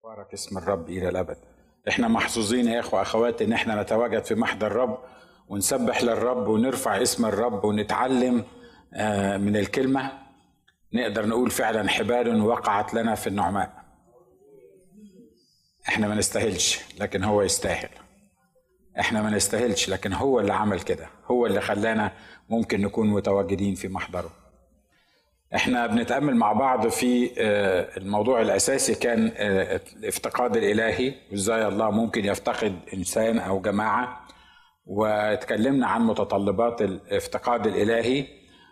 بارك اسم الرب إلى الأبد. احنا محظوظين يا اخوة اخوات ان احنا نتواجد في محضر الرب ونسبح للرب ونرفع اسم الرب ونتعلم من الكلمة. نقدر نقول فعلا حبال وقعت لنا في النعماء. احنا ما نستاهلش لكن هو يستاهل. احنا ما نستاهلش لكن هو اللي عمل كده، هو اللي خلانا ممكن نكون متواجدين في محضره. احنا بنتأمل مع بعض في الموضوع الأساسي كان الافتقاد الإلهي وإزاي الله ممكن يفتقد إنسان أو جماعة، واتكلمنا عن متطلبات الافتقاد الإلهي.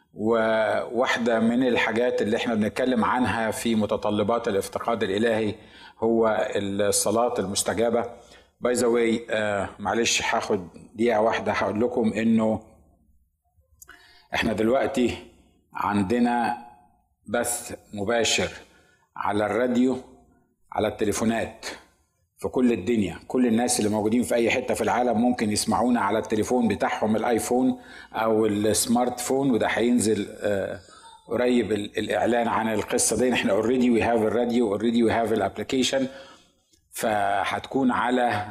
وواحدة من الحاجات اللي احنا بنتكلم عنها في متطلبات الافتقاد الإلهي هو الصلاة المستجابة. باي ذا واي معلش هاخد دقيقة واحدة هقول لكم إنه احنا دلوقتي عندنا بث مباشر على الراديو، على التليفونات في كل الدنيا. كل الناس اللي موجودين في اي حتة في العالم ممكن يسمعونا على التليفون بتاعهم، الايفون او السمارت فون، وده هينزل قريب الاعلان عن القصة دي. احنا اوريدي وي هاف الراديو، اوريدي وي هاف الابليكيشن، فهتكون على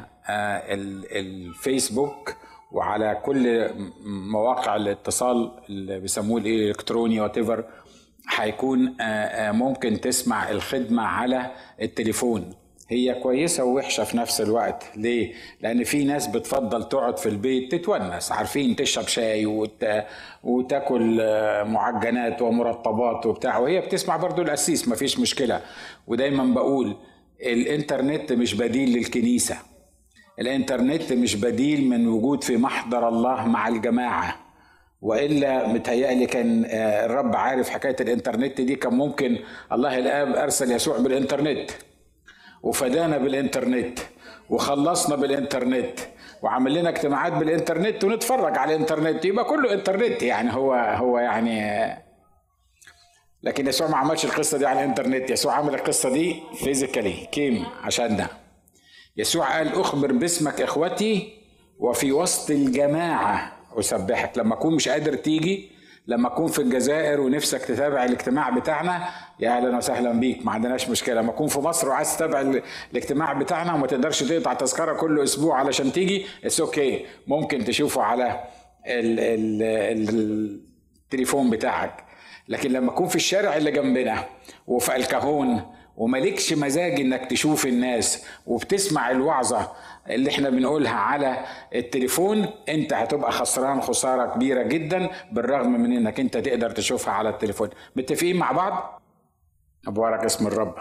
الفيسبوك وعلى كل مواقع الاتصال اللي بيسموه الالكتروني واتيفر. هيكون ممكن تسمع الخدمة على التليفون. هي كويسة ووحشة في نفس الوقت. ليه؟ لأن في ناس بتفضل تقعد في البيت تتونس، عارفين، تشرب شاي وتاكل معجنات ومرطبات وبتاع، وهي بتسمع برضو القسيس، مفيش مشكلة. ودايما بقول الانترنت مش بديل للكنيسة. الانترنت مش بديل من وجود في محضر الله مع الجماعة، وإلا متهيألي كان الرب عارف حكاية الانترنت دي. كان ممكن الله الآب أرسل يسوع بالانترنت وفدانا بالانترنت وخلصنا بالانترنت وعمل لنا اجتماعات بالانترنت ونتفرج على الانترنت، يبقى كله انترنت. يعني هو يعني، لكن يسوع ما عملش القصة دي على الانترنت. يسوع عمل القصة دي فيزيكالي، كيم عشاننا. يسوع قال اخبر باسمك اخوتي وفي وسط الجماعة أسبحك. لما أكون مش قادر تيجي، لما أكون في الجزائر ونفسك تتابع الاجتماع بتاعنا، يا أهلا وسهلا بيك، ما عندناش مشكلة. لما أكون في مصر وعايز تتابع الاجتماع بتاعنا وما تقدرش تقطع تذكرة كل أسبوع علشان تيجي، اتس اوكي، ممكن تشوفه على التليفون بتاعك. لكن لما أكون في الشارع اللي جنبنا وفي الكهون وملكش مزاج انك تشوف الناس وبتسمع الوعظة اللي احنا بنقولها على التليفون، انت هتبقى خسران خسارة كبيرة جدا، بالرغم من انك انت تقدر تشوفها على التليفون. متفقين مع بعض؟ بارك اسم الرب.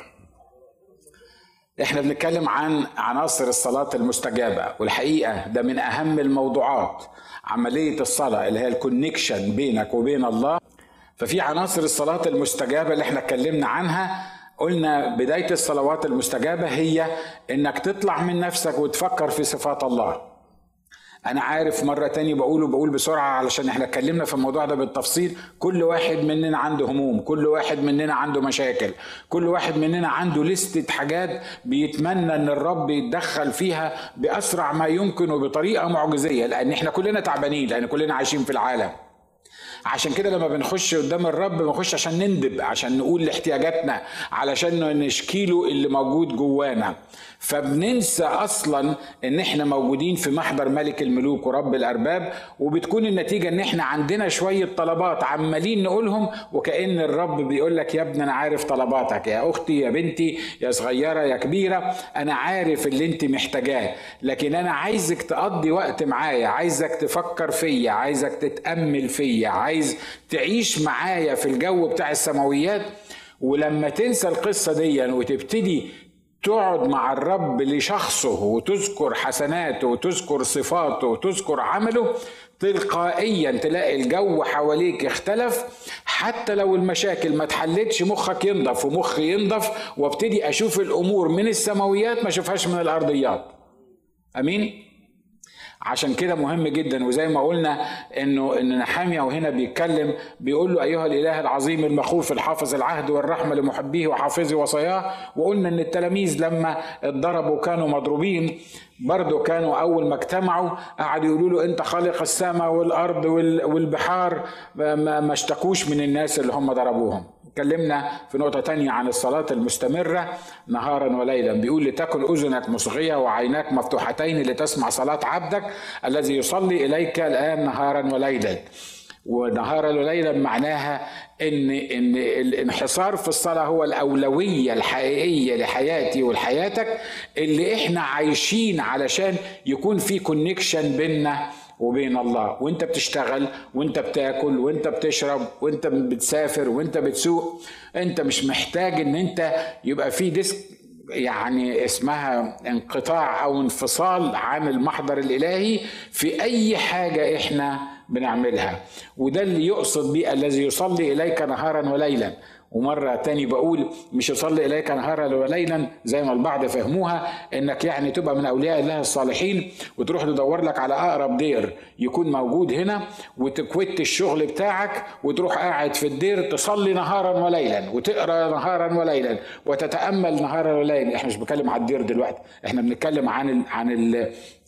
احنا بنتكلم عن عناصر الصلاة المستجابة، والحقيقة ده من اهم الموضوعات، عملية الصلاة اللي هي الكونكشن بينك وبين الله. ففي عناصر الصلاة المستجابة اللي احنا اتكلمنا عنها. قلنا بداية الصلوات المستجابة هي انك تطلع من نفسك وتفكر في صفات الله. انا عارف مرة تاني بقول بسرعة علشان احنا اتكلمنا في الموضوع ده بالتفصيل. كل واحد مننا عنده هموم، كل واحد مننا عنده مشاكل، كل واحد مننا عنده لستة حاجات بيتمنى ان الرب يتدخل فيها بأسرع ما يمكن وبطريقة معجزية، لان احنا كلنا تعبانين، لان كلنا عايشين في العالم. عشان كده لما بنخش قدام الرب بنخش عشان نندب، عشان نقول لاحتياجاتنا، علشان نشكيله اللي موجود جوانا. فبننسى اصلا ان احنا موجودين في محضر ملك الملوك ورب الارباب، وبتكون النتيجة ان احنا عندنا شوية طلبات عمالين نقولهم، وكأن الرب بيقول لك يا ابني انا عارف طلباتك، يا اختي، يا بنتي، يا صغيرة يا كبيرة، انا عارف اللي انت محتاجاه، لكن انا عايزك تقضي وقت معايا، عايزك تفكر فيا، عايزك تتأمل فيا، عايز تعيش معايا في الجو بتاع السماويات. ولما تنسى القصة دي وتبتدي تقعد مع الرب لشخصه وتذكر حسناته وتذكر صفاته وتذكر عمله، تلقائيا تلاقي الجو حواليك اختلف. حتى لو المشاكل ما اتحلتش مخك ينضف ومخي ينضف، وابتدي اشوف الامور من السماويات ما اشوفهاش من الارضيات. امين. عشان كده مهم جدا. وزي ما قلنا ان نحميا وهنا بيتكلم بيقول له ايها الاله العظيم المخوف الحافظ العهد والرحمه لمحبيه وحافظي وصاياه. وقلنا ان التلاميذ لما اتضربوا كانوا مضروبين، برضو كانوا اول ما اجتمعوا قعدوا يقولوا له انت خالق السماء والارض والبحار، ما اشتكوش من الناس اللي هم ضربوهم. اتكلمنا في نقطة تانية عن الصلاة المستمرة نهارا وليلا. بيقول لتكن أذنك مصغية وعيناك مفتوحتين لتسمع صلاة عبدك الذي يصلي إليك الآن نهارا وليلا. ونهارا وليلا معناها ان الانحصار في الصلاة هو الأولوية الحقيقية لحياتي ولحياتك، اللي احنا عايشين علشان يكون في كونكشن بيننا وبين الله. وانت بتشتغل وانت بتاكل وانت بتشرب وانت بتسافر وانت بتسوق، انت مش محتاج ان انت يبقى في ديسك يعني اسمها انقطاع او انفصال عن المحضر الالهي في اي حاجة احنا بنعملها. وده اللي يقصد بيه الذي يصلي اليك نهارا وليلا. ومرة تاني بقول مش يصلي إليك نهارا وليلا زي ما البعض فهموها انك يعني تبقى من اولياء الله الصالحين وتروح تدور لك على اقرب دير يكون موجود هنا وتكوت الشغل بتاعك وتروح قاعد في الدير تصلي نهارا وليلا وتقرأ نهارا وليلا وتتأمل نهارا وليلا. احنا مش بنتكلم عن الدير دلوقتي، احنا بنتكلم عن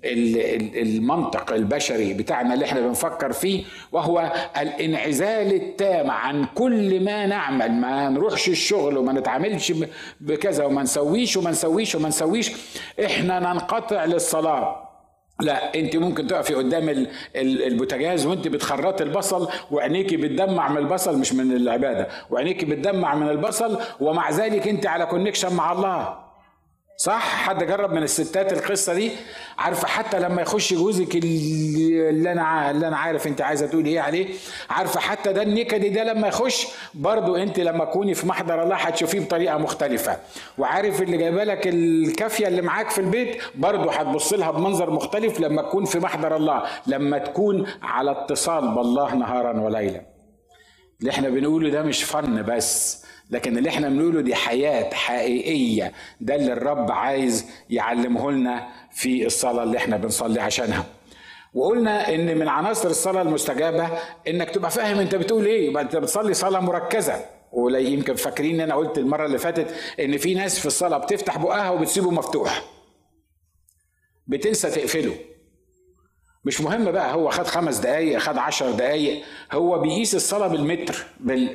المنطق البشري بتاعنا اللي احنا بنفكر فيه، وهو الانعزال التام عن كل ما نعمل. ما نروحش الشغل وما نتعاملش بكذا وما نسويش وما نسويش وما نسويش، احنا ننقطع للصلاة. لا، انت ممكن تقفي قدام البوتاجاز وانت بتخرط البصل وعينيكي بتدمع من البصل، مش من العبادة، وعينيكي بتدمع من البصل، ومع ذلك انت على كونكشن مع الله. صح؟ حد جرب من الستات القصة دي؟ عارفة حتى لما يخش جوزك اللي انا عارف انت عايزة تقول ايه عليه، عارفة حتى ده النكدي ده لما يخش برضو انت لما تكوني في محضر الله هتشوفيه بطريقة مختلفة. وعارف اللي جايبه لك الكافية اللي معاك في البيت برضو هتبص لها بمنظر مختلف لما تكون في محضر الله، لما تكون على اتصال بالله نهارا وليلا. اللي احنا بنقوله ده مش فن بس، لكن اللي احنا بنقوله دي حياة حقيقية. ده اللي الرب عايز يعلمه لنا في الصلاة اللي احنا بنصلي عشانها. وقلنا ان من عناصر الصلاة المستجابة انك تبقى فاهم انت بتقول ايه، يبقى انت بتصلي صلاة مركزة. ولا يمكن فاكرين ان انا قلت المرة اللي فاتت ان في ناس في الصلاة بتفتح بقها وبتسيبه مفتوح، بتنسى تقفله. مش مهم بقى هو خد 5 دقايق خد 10 دقايق، هو بيقيس الصلاة بالمتر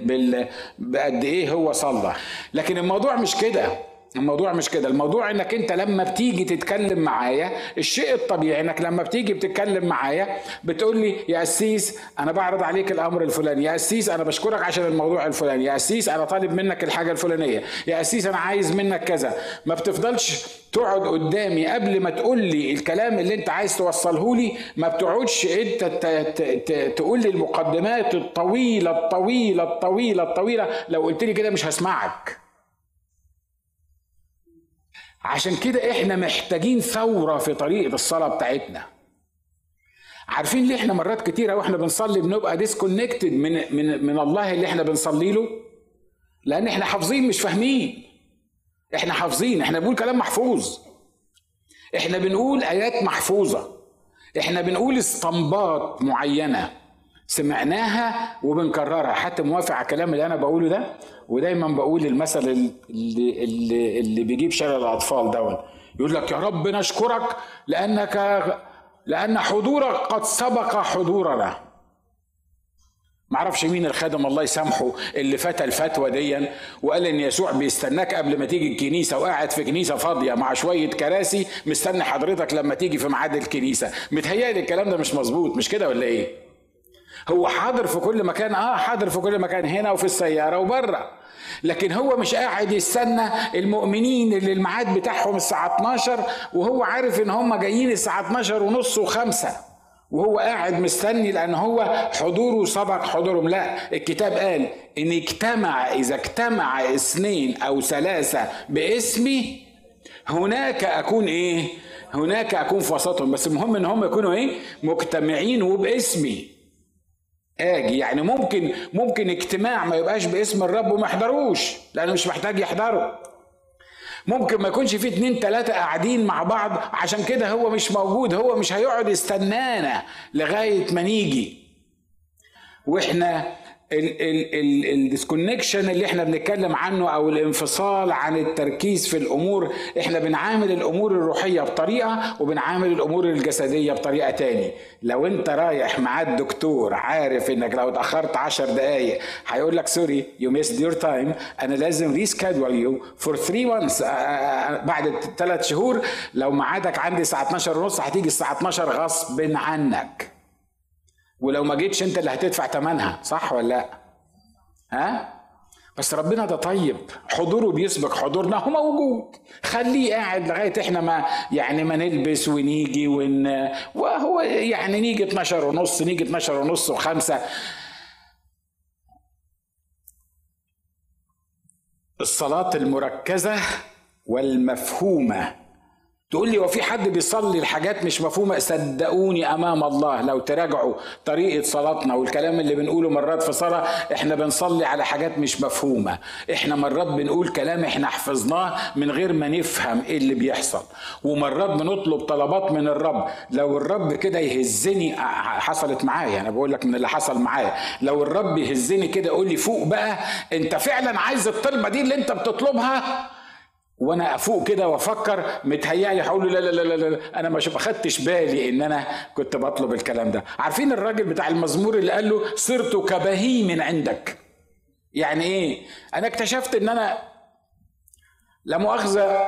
بقد ايه هو صلى. لكن الموضوع مش كده، الموضوع انك انت لما بتيجي تتكلم معايا، الشيء الطبيعي انك لما بتيجي بتتكلم معايا بتقول لي يا قسيس انا بعرض عليك الامر الفلاني، يا قسيس انا بشكرك عشان الموضوع الفلاني، يا قسيس انا طالب منك الحاجة الفلانية، يا قسيس انا عايز منك كذا. ما بتفضلش تقعد قدامي قبل ما تقول لي الكلام اللي انت عايز توصله لي، ما بتقعدش انت تقول لي المقدمات الطويلة الطويلة الطويلة الطويلة. لو قلت لي كده مش هسمعك. عشان كده احنا محتاجين ثورة في طريقة الصلاة بتاعتنا. عارفين ليه احنا مرات كتيرة واحنا بنصلي بنبقى ديسكونكتد من الله اللي احنا بنصلي له؟ لان احنا حافظين مش فاهمين. احنا حافظين، احنا بنقول كلام محفوظ، احنا بنقول ايات محفوظة، احنا بنقول استنباط معينة سمعناها وبنكررها. حتى موافق على الكلام اللي انا بقوله ده، ودايما بقول المثل اللي بيجيب شلل الاطفال ده، يقول لك يا رب نشكرك لان حضورك قد سبق حضورنا. معرفش مين الخادم الله يسامحه اللي فتى الفتوى دي وقال ان يسوع بيستناك قبل ما تيجي الكنيسه، وقاعد في كنيسه فاضيه مع شويه كراسي مستني حضرتك لما تيجي في ميعاد الكنيسه. متهيألي الكلام ده مش مظبوط، مش كده ولا ايه؟ هو حاضر في كل مكان، حاضر في كل مكان، هنا وفي السياره وبره، لكن هو مش قاعد يستنى المؤمنين اللي الميعاد بتاعهم الساعه 12 وهو عارف ان هم جايين الساعه 12 ونص و5 وهو قاعد مستني لان هو حضوره سبق حضورهم. لا، الكتاب قال ان اذا اجتمع 2 أو 3 باسمي هناك اكون ايه؟ هناك اكون في وسطهم. بس المهم ان هم يكونوا ايه؟ مجتمعين وباسمي اجي. يعني ممكن اجتماع ما يبقاش باسم الرب وما يحضروش لانه مش محتاج يحضروا. ممكن ما يكونش في 2 3 قاعدين مع بعض، عشان كده هو مش موجود، هو مش هيقعد يستنانا لغاية ما نيجي. واحنا الديسكونكشن اللي احنا بنتكلم عنه او الانفصال عن التركيز في الامور، احنا بنعامل الامور الروحيه بطريقه وبنعامل الامور الجسديه بطريقه تاني. لو انت رايح مع الدكتور عارف انك لو اتاخرت 10 دقائق هيقول لك سوري يو ميسد يور تايم، انا لازم ريسكادول يو فور 3 مانثs، بعد 3 شهور لو ميعادك عندي الساعه 12:30 هتيجي الساعه 12 غصب عنك، ولو ما جيتش انت اللي هتدفع ثمنها، صح ولا لا؟ ها؟ بس ربنا ده طيب، حضوره بيسبق حضورنا، هو موجود، خليه قاعد لغايه احنا ما نلبس ونيجي وهو يعني نيجي 12:30 نيجي 12:30 و5. الصلاة المركزة والمفهومة. تقول لي وفي حد بيصلي الحاجات مش مفهومة؟ صدقوني امام الله لو تراجعوا طريقة صلاتنا والكلام اللي بنقوله مرات في صلاة، احنا بنصلي على حاجات مش مفهومة، احنا مرات بنقول كلام احنا حفظناه من غير ما نفهم ايه اللي بيحصل، ومرات بنطلب طلبات من الرب. لو الرب كده يهزني، حصلت معايا، انا بقول لك من اللي حصل معايا، لو الرب يهزني كده يقول لي فوق بقى، انت فعلا عايز الطلبة دي اللي انت بتطلبها؟ وانا افوق كده وافكر متهيألي هقول له لا لا لا لا، انا ما خدتش بالي ان انا كنت بطلب الكلام ده. عارفين الراجل بتاع المزمور اللي قال له صرت كبهيم عندك؟ يعني ايه؟ انا اكتشفت ان انا لا مؤاخذة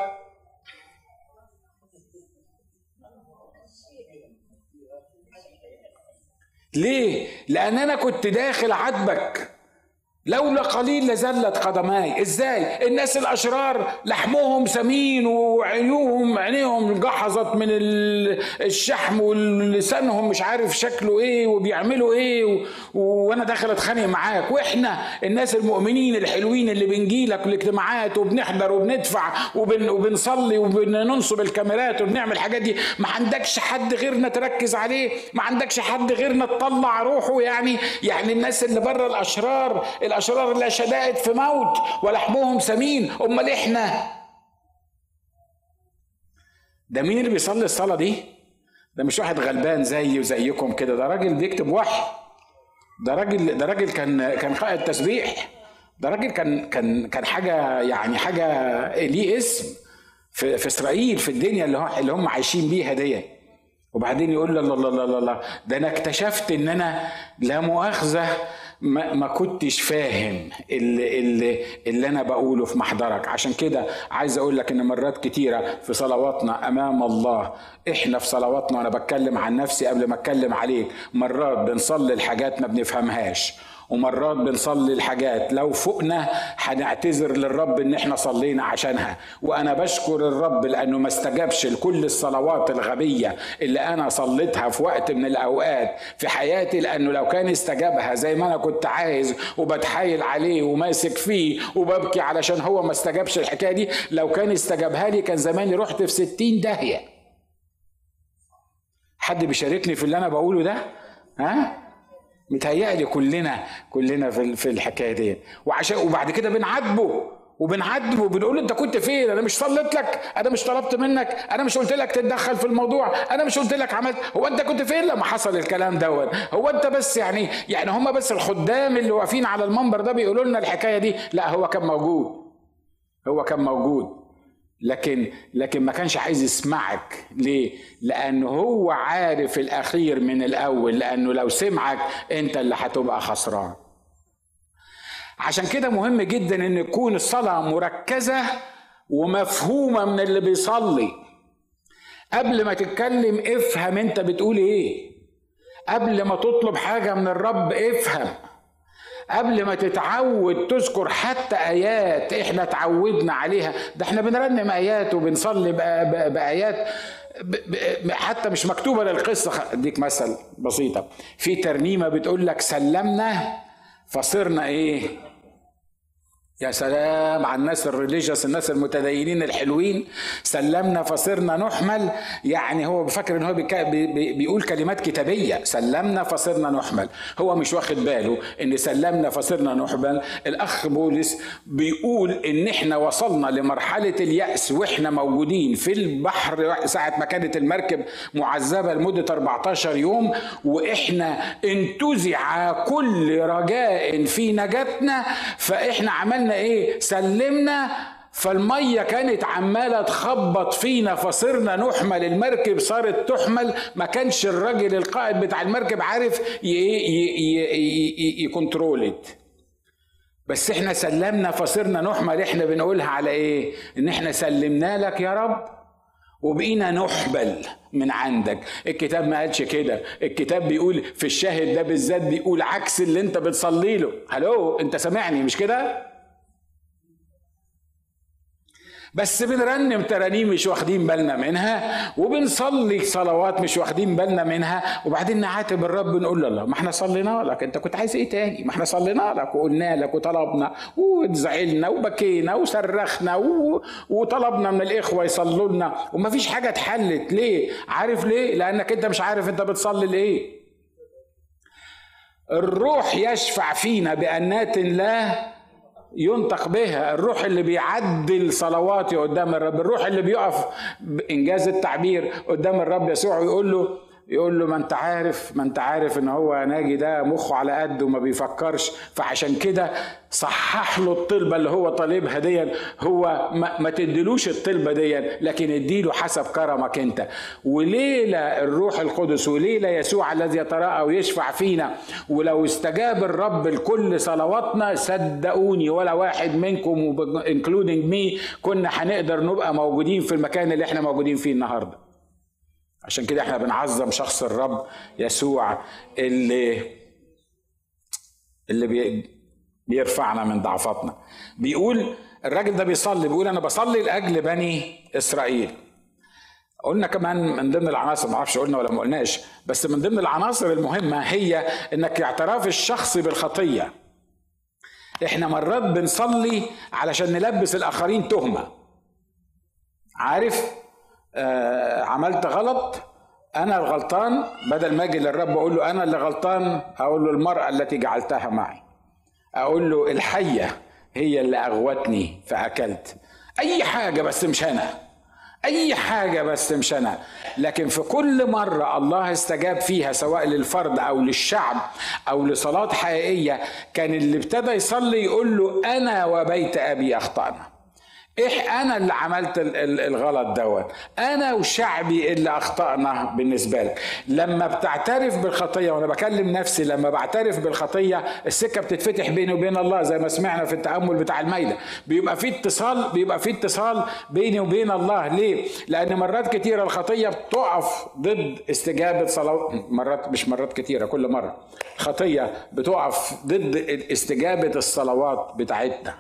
ليه؟ لان انا كنت داخل عاتبك، لولا قليل لزلت قدماي. ازاي؟ الناس الاشرار لحمهم سمين عينيهم جحظت من الشحم، ولسانهم مش عارف شكله ايه وبيعملوا ايه، وانا داخل اتخانق معاك. واحنا الناس المؤمنين الحلوين اللي بنجيلك الاجتماعات وبنحضر وبندفع وبنصلي وبننصب الكاميرات وبنعمل الحاجات دي، ما عندكش حد غيرنا تركز عليه؟ ما عندكش حد غيرنا تطلع روحه؟ يعني الناس اللي بره الاشرار لا شدائد في موت ولحمهم سمين، امال احنا؟ ده مين اللي بيصلي الصلاة دي؟ ده مش واحد غلبان زيي وزيكم كده، ده راجل بيكتب وحي، ده راجل كان قائد تسبيح، ده راجل كان حاجة، يعني حاجة ليه اسم في اسرائيل، في الدنيا اللي هم عايشين بيها دي. وبعدين يقول لا لا لا لا، ده انا اكتشفت ان انا لا مؤاخذة ما كنتش فاهم اللي انا بقوله في محضرك. عشان كده عايز اقول لك ان مرات كتيرة في صلواتنا امام الله، احنا في صلواتنا، وانا بتكلم عن نفسي قبل ما اتكلم عليك، مرات بنصلي الحاجات ما بنفهمهاش، ومرات بنصلي الحاجات لو فوقنا هنعتذر للرب ان احنا صلينا عشانها. وانا بشكر الرب لانه ما استجابش لكل الصلوات الغبية اللي انا صليتها في وقت من الاوقات في حياتي، لانه لو كان استجابها زي ما انا كنت عايز وبتحايل عليه وماسك فيه وببكي علشان هو ما استجابش الحكاية دي، لو كان استجابها لي كان زماني رحت في 60 داهية. حد بيشاركني في اللي انا بقوله ده؟ ها؟ متهيألي كلنا في الحكايه دي. وبعد كده بنعاتبه وبنقول انت كنت فين؟ انا مش صليت لك، انا مش طلبت منك، انا مش قلت لك تتدخل في الموضوع، انا مش قلت لك عملت، هو انت كنت فين لما حصل الكلام دوت؟ هو انت بس يعني هم بس الخدام اللي واقفين على المنبر ده بيقولوا لنا الحكايه دي؟ لا، هو كان موجود، لكن ما كانش عايز يسمعك. ليه؟ لأنه هو عارف الأخير من الأول، لأنه لو سمعك أنت اللي هتبقى خسران. عشان كده مهم جدا أن يكون الصلاة مركزة ومفهومة من اللي بيصلي. قبل ما تتكلم افهم أنت بتقول إيه، قبل ما تطلب حاجة من الرب افهم، قبل ما تتعود تذكر حتى آيات احنا تعودنا عليها. ده احنا بنرنم آيات وبنصلي بآيات حتى مش مكتوبة للقصة. اديك مثل بسيطة، في ترنيمة بتقول لك سلمنا فصرنا ايه؟ يا سلام على الناس الريليجيوس، الناس المتدينين الحلوين. سلمنا فصرنا نحمل، يعني هو بفكر ان هو بيقول كلمات كتابيه. سلمنا فصرنا نحمل، هو مش واخد باله ان سلمنا فصرنا نحمل. الاخ بولس بيقول ان احنا وصلنا لمرحله اليأس واحنا موجودين في البحر ساعه ما كانت المركب معذبه لمده 14 يوم، واحنا انتزع كل رجاء في نجاتنا. فاحنا عملنا ايه؟ سلمنا. فالميه كانت عماله تخبط فينا فصرنا نحمل، المركب صارت تحمل. ما كانش الراجل القائد بتاع المركب عارف يكنترولت، بس احنا سلمنا فصرنا نحمل. احنا بنقولها على ايه؟ ان احنا سلمنا لك يا رب وبقينا نحبل من عندك. الكتاب ما قالش كده، الكتاب بيقول في الشاهد ده بالذات بيقول عكس اللي انت بتصلي له. هلو، انت سامعني مش كده؟ بس بنرنم ترانيم مش واخدين بالنا منها، وبنصلي صلوات مش واخدين بالنا منها، وبعدين نعاتب الرب نقول له الله ما احنا صلينا لك، انت كنت عايز ايه تاني؟ ما احنا صلينا لك وقلنا لك وطلبنا وزعلنا وبكينا وصرخنا وطلبنا من الاخوه يصلوا لنا وما فيش حاجه اتحلت. ليه؟ عارف ليه؟ لانك انت مش عارف انت بتصلي لايه. الروح يشفع فينا بأنات لا ينطق بها، الروح اللي بيعدل صلواتي قدام الرب، الروح اللي بيقف بإنجاز التعبير قدام الرب يسوع ويقول له ما انت عارف ان هو ناجي ده مخه على قده وما بيفكرش، فعشان كده صحح له الطلبة اللي هو طالبها دي. هو ما تديلوش الطلبة دي، لكن اديله حسب كرمك انت. وليلة الروح القدس وليلة يسوع الذي يتراءى ويشفع فينا، ولو استجاب الرب لكل صلواتنا صدقوني ولا واحد منكم including me كنا هنقدر نبقى موجودين في المكان اللي احنا موجودين فيه النهارده. عشان كده احنا بنعظم شخص الرب يسوع اللي بيرفعنا من ضعفاتنا. بيقول الراجل ده بيقول انا بصلي لاجل بني اسرائيل. قلنا كمان من ضمن العناصر، ما اعرفش قلنا ولا ما قلناش، بس من ضمن العناصر المهمه هي انك اعتراف الشخص بالخطيه. احنا مرات بنصلي علشان نلبس الاخرين تهمه. عارف، عملت غلط، انا الغلطان، بدل ما اجي للرب اقول له انا اللي غلطان اقول له المرأة التي جعلتها معي، اقول له الحية هي اللي اغوتني فاكلت. اي حاجة بس مش انا، اي حاجة بس مش انا. لكن في كل مرة الله استجاب فيها سواء للفرد او للشعب او لصلاة حقيقية، كان اللي ابتدى يصلي يقول له انا وبيت ابي اخطأنا. انا اللي عملت الغلط دوت، انا وشعبي اللي اخطأنا بالنسبه لك. لما بتعترف بالخطيه، وانا بكلم نفسي لما بعترف بالخطيه السكه بتتفتح بيني وبين الله، زي ما سمعنا في التأمل بتاع المائدة. بيبقى في اتصال بيني وبين الله. ليه؟ لان مرات كتيره الخطيه بتقف ضد استجابه صلاه، مش مرات كتيره، كل مره الخطيه بتقف ضد استجابه الصلوات بتاعتنا.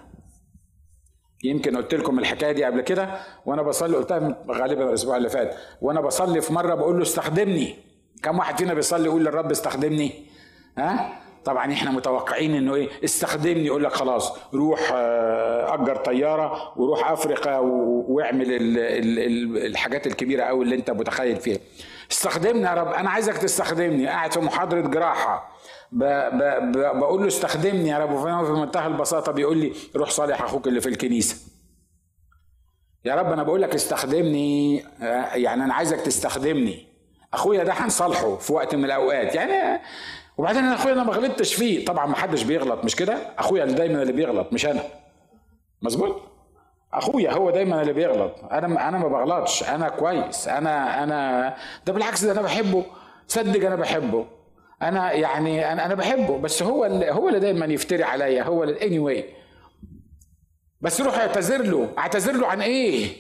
يمكن قلت لكم الحكايه دي قبل كده وانا بصلي، قلتها غالبا الاسبوع اللي فات، وانا بصلي في مره بقول له استخدمني. كم واحد فينا بيصلي يقول للرب استخدمني؟ طبعا احنا متوقعين انه ايه؟ استخدمني. يقول لك خلاص روح اجر طياره وروح افريقيا واعمل الحاجات الكبيره قوي اللي انت متخيل فيها. استخدمني يا رب، انا عايزك تستخدمني. قاعد في محاضره جراحه بقول له استخدمني يا رب، وفي منتهى البساطه بيقول لي روح صالح اخوك اللي في الكنيسه. يا رب انا بقول لك استخدمني، يعني انا عايزك تستخدمني. اخويا ده هنصالحه في وقت من الاوقات يعني. وبعدين انا اخويا انا ما غلطتش فيه، طبعا ما حدش بيغلط مش كده؟ اخويا اللي دايما اللي بيغلط مش انا، مظبوط؟ اخويا هو دايما اللي بيغلط، انا ما بغلطش، انا كويس، انا ده بالعكس، ده انا بحبه، صدق انا بحبه، انا يعني انا بحبه، بس هو اللي دايما يفتري عليا، هو anyway. بس روح اعتذر له عن ايه؟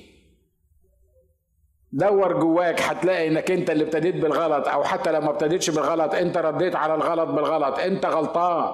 دور جواك هتلاقي انك انت اللي ابتديت بالغلط، او حتى لو ما ابتديتش بالغلط انت رديت على الغلط بالغلط، انت غلطان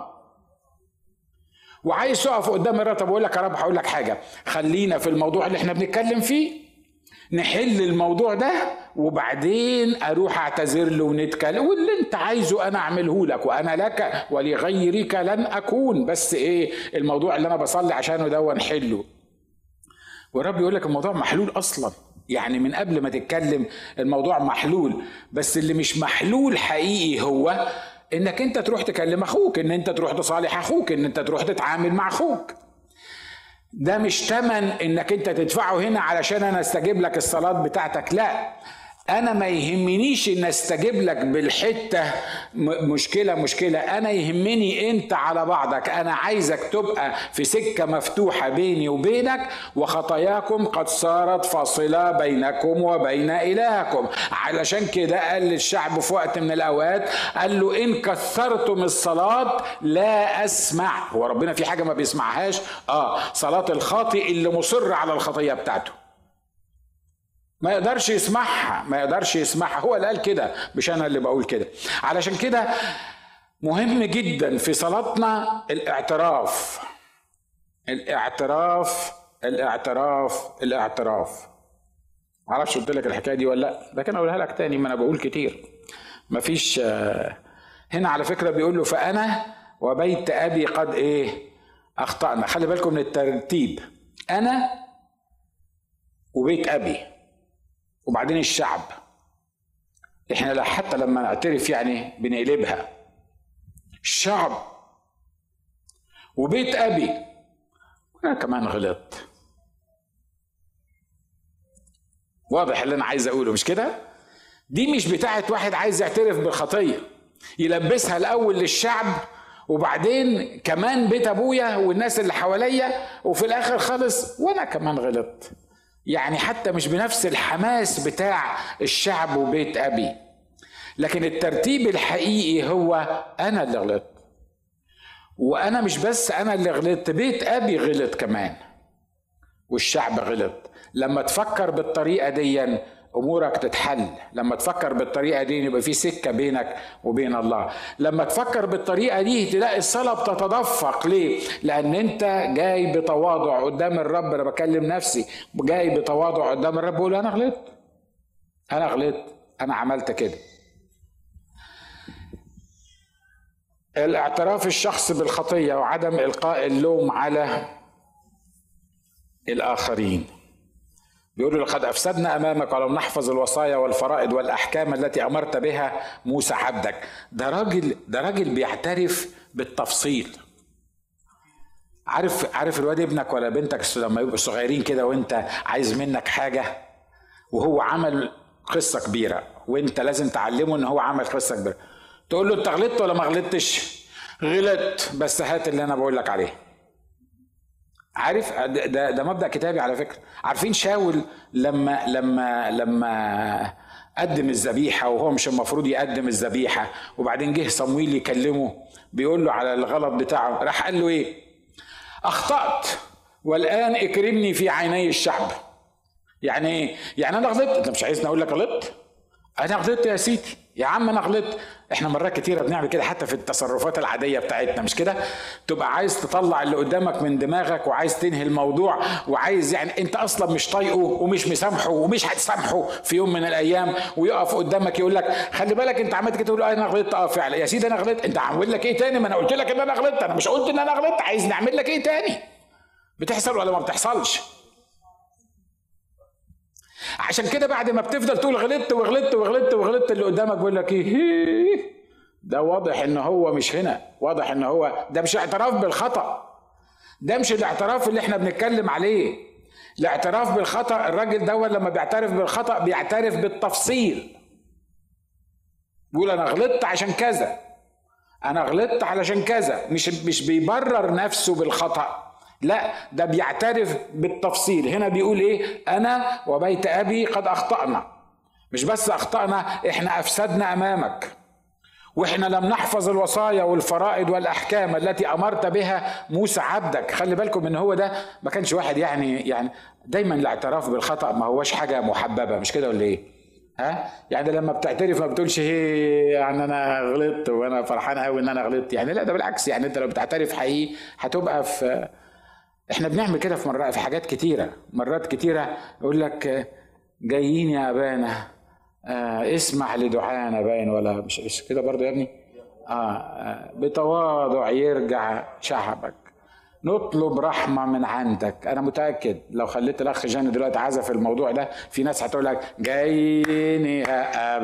وعايز تقف قدام الرب. طب اقول لك يا رب، هقول لك حاجه، خلينا في الموضوع اللي احنا بنتكلم فيه، نحل الموضوع ده وبعدين اروح اعتذر له ونتكلم، واللي انت عايزه انا اعمله لك، وانا لك ولغيرك لن اكون. بس ايه الموضوع اللي انا بصلي عشانه ده نحله. والرب يقول لك الموضوع محلول اصلا، يعني من قبل ما تتكلم الموضوع محلول. بس اللي مش محلول حقيقي هو انك انت تروح تكلم اخوك، ان انت تروح تصالح اخوك، ان انت تروح تتعامل مع اخوك. ده مش تمن انك انت تدفعه هنا علشان انا استجيب لك الصلاة بتاعتك، لا. انا ما يهمنيش ان استجيب لك بالحتة مشكلة، انا يهمني انت على بعضك. انا عايزك تبقى في سكة مفتوحة بيني وبينك، وخطاياكم قد صارت فاصلة بينكم وبين الهكم. علشان كده قال للشعب في وقت من الاوقات، قال له ان كثرتم الصلاة لا اسمع. هو ربنا في حاجة ما بيسمعهاش؟ صلاة الخاطئ اللي مصر على الخطية بتاعته ما يقدرش يسمعها. هو اللي قال كده، مش انا اللي بقول كده. علشان كده مهم جدا في صلاتنا الاعتراف. معرفش قلت لك الحكايه دي ولا لا، لكن اقولها لك تاني، ما انا بقول كتير. مفيش هنا على فكره بيقول له فانا وبيت ابي قد اخطأنا. خلي بالكم من الترتيب، انا وبيت ابي وبعدين الشعب. احنا حتى لما نعترف يعني بنقلبها الشعب وبيت ابي، وانا كمان غلط. واضح اللي انا عايز اقوله مش كده؟ دي مش بتاعت واحد عايز يعترف بالخطيه يلبسها الاول للشعب وبعدين كمان بيت ابويا والناس اللي حواليا، وفي الاخر خالص وانا كمان غلط. يعني حتى مش بنفس الحماس بتاع الشعب وبيت أبي. لكن الترتيب الحقيقي هو أنا اللي غلط، وأنا مش بس أنا اللي غلط، بيت أبي غلط كمان والشعب غلط. لما تفكر بالطريقة دي أمورك تتحل. لما تفكر بالطريقة دي يبقى في سكة بينك وبين الله. لما تفكر بالطريقة دي تلاقي الصلاة بتتدفق. ليه؟ لأن أنت جاي بتواضع قدام الرب. أنا بكلم نفسي، جاي بتواضع قدام الرب، بقول أنا غلطت، أنا عملت كده. الاعتراف الشخص بالخطية وعدم إلقاء اللوم على الآخرين. بيقولوا لقد أفسدنا أمامك ولم نحفظ الوصايا والفرائض والأحكام التي أمرت بها موسى عبدك. ده راجل بيعترف بالتفصيل. عارف الواد ابنك ولا بنتك لما يبقوا صغيرين كده وانت عايز منك حاجة وهو عمل قصة كبيرة وانت لازم تعلمه ان هو عمل قصة كبيرة، تقول له انت غلطت ولا ما غلطتش؟ غلط، بس هات اللي انا بقول لك عليه. عارف ده مبدأ كتابي على فكرة. عارفين شاول لما قدم الذبيحة وهو مش المفروض يقدم الذبيحة، وبعدين جه صمويل يكلمه بيقول له على الغلط بتاعه، راح قال له ايه؟ اخطأت والآن اكرمني في عيني الشعب. يعني ايه؟ يعني انا غلطت؟ انت مش عايزني اقول لك غلطت؟ انا غلطت يا سيدي، يا عم انا غلطت. احنا مرات كتيره بنعمل كده حتى في التصرفات العاديه بتاعتنا، مش كده؟ تبقى عايز تطلع اللي قدامك من دماغك وعايز تنهي الموضوع وعايز يعني انت اصلا مش طايقه ومش مسامحه ومش هتسامحه في يوم من الايام، ويقف قدامك يقول لك خلي بالك انت عملت كده، تقول له انا غلطت. فعلا يا سيدي انا غلطت. انت عامل لك ايه تاني؟ ما انا قلت لك ان انا غلطت. انا مش قلت ان انا غلطت؟ عايز نعمل لك ايه تاني؟ بتحصل ولا ما بتحصلش؟ عشان كده بعد ما بتفضل تقول غلطت وغلطت وغلطت وغلطت، اللي قدامك بيقول لك ايه؟ ده واضح ان هو مش هنا، واضح ان هو ده مش اعتراف بالخطأ. ده مش الاعتراف اللي احنا بنتكلم عليه. الاعتراف بالخطأ، الراجل ده لما بيعترف بالخطأ بيعترف بالتفصيل. بيقول انا غلطت عشان كذا، انا غلطت علشان كذا. مش بيبرر نفسه بالخطأ، لا، ده بيعترف بالتفصيل. هنا بيقول ايه؟ انا وبيت ابي قد اخطأنا. مش بس اخطأنا، احنا افسدنا امامك، واحنا لم نحفظ الوصايا والفرائض والاحكام التي امرت بها موسى عبدك. خلي بالكم ان هو ده ما كانش واحد يعني دايما الاعتراف بالخطأ ما هوش حاجة محببة، مش كده ولا ايه؟ يعني لما بتعترف ما بتقولش يعني انا غلطت وانا فرحان قوي ان انا غلطت، يعني لا، ده بالعكس. يعني انت لو بتعترف حقيقي هتبقى في، احنا بنعمل كده في حاجات كتيرة. مرات كتيرة يقول لك جايين يا ابانا اسمح لدعانا باين ولا مش كده برضه يا ابني؟ بتواضع يرجع شعبك، نطلب رحمة من عندك. أنا متأكد لو خليت الأخ جاني دلوقتي عزف الموضوع ده، في ناس هتقول لك جايين يا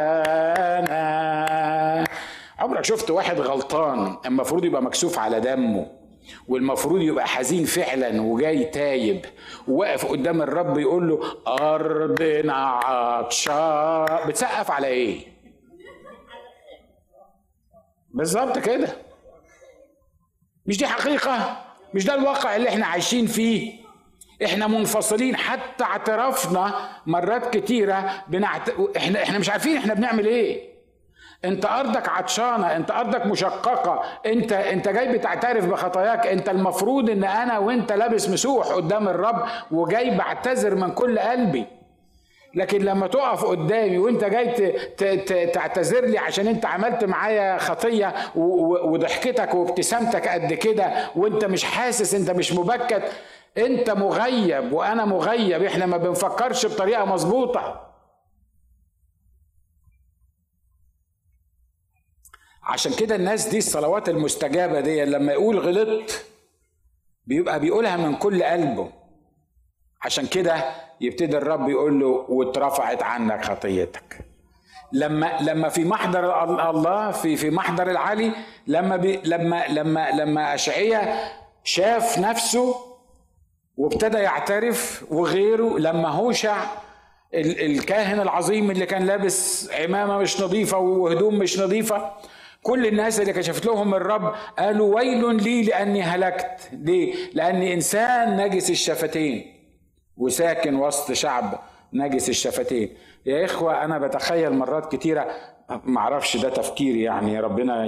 أبانا. عمرك شفت واحد غلطان المفروض يبقى مكسوف على دمه والمفروض يبقى حزين فعلا وجاي تايب وواقف قدام الرب يقول له أرضنا عطشان، بتسقف على إيه؟ بالظبط كده. مش دي حقيقة؟ مش ده الواقع اللي احنا عايشين فيه؟ احنا منفصلين، حتى اعترافنا مرات كتيرة احنا مش عارفين احنا بنعمل ايه. انت ارضك عطشانة، انت ارضك مشققة، انت جاي بتعترف بخطاياك. انت المفروض ان انا وانت لابس مسوح قدام الرب وجاي بعتذر من كل قلبي. لكن لما تقف قدامي وانت جاي تعتذر لي عشان انت عملت معايا خطية وضحكتك وابتسامتك قد كده وانت مش حاسس، انت مش مبكت، انت مغيب وانا مغيب، احنا ما بنفكرش بطريقة مظبوطة. عشان كده الناس دي الصلوات المستجابة دي لما يقول غلطت بيبقى بيقولها من كل قلبه. عشان كده يبتدي الرب يقول له واترفعت عنك خطيتك. لما في محضر الله، في محضر العلي، لما أشعياء شاف نفسه وابتدى يعترف، وغيره لما هوشع الكاهن العظيم اللي كان لابس عمامة مش نظيفة وهدوم مش نظيفة، كل الناس اللي كشفت لهم الرب قالوا ويل لي لأني هلكت. ليه؟ لأني إنسان نجس الشفتين وساكن وسط شعب نجس الشفتين. يا إخوة أنا بتخيل مرات كتيرة، معرفش ده تفكير يعني، ربنا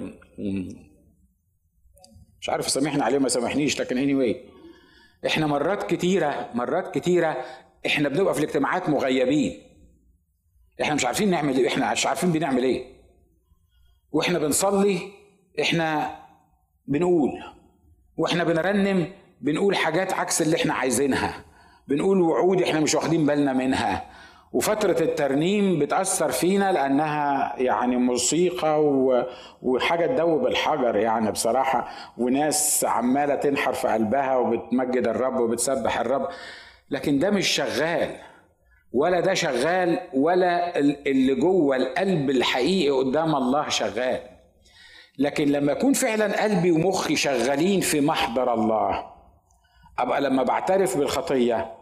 مش عارف سامحني عليه ما سامحنيش، لكن anyway إحنا مرات كتيرة إحنا بنبقى في الاجتماعات مغيبين، إحنا مش عارفين نعمل إيه، إحنا مش عارفين بنعمل إيه. وإحنا بنصلي إحنا بنقول، وإحنا بنرنم بنقول حاجات عكس اللي إحنا عايزينها، بنقول وعود إحنا مش واخدين بالنا منها. وفترة الترنيم بتأثر فينا لأنها يعني موسيقى وحاجة تدوب الحجر يعني بصراحة، وناس عمالة تنحر في قلبها وبتمجد الرب وبتسبح الرب، لكن ده مش شغال، ولا ده شغال، ولا اللي جوه القلب الحقيقي قدام الله شغال. لكن لما يكون فعلا قلبي ومخي شغالين في محضر الله، أبقى لما بعترف بالخطية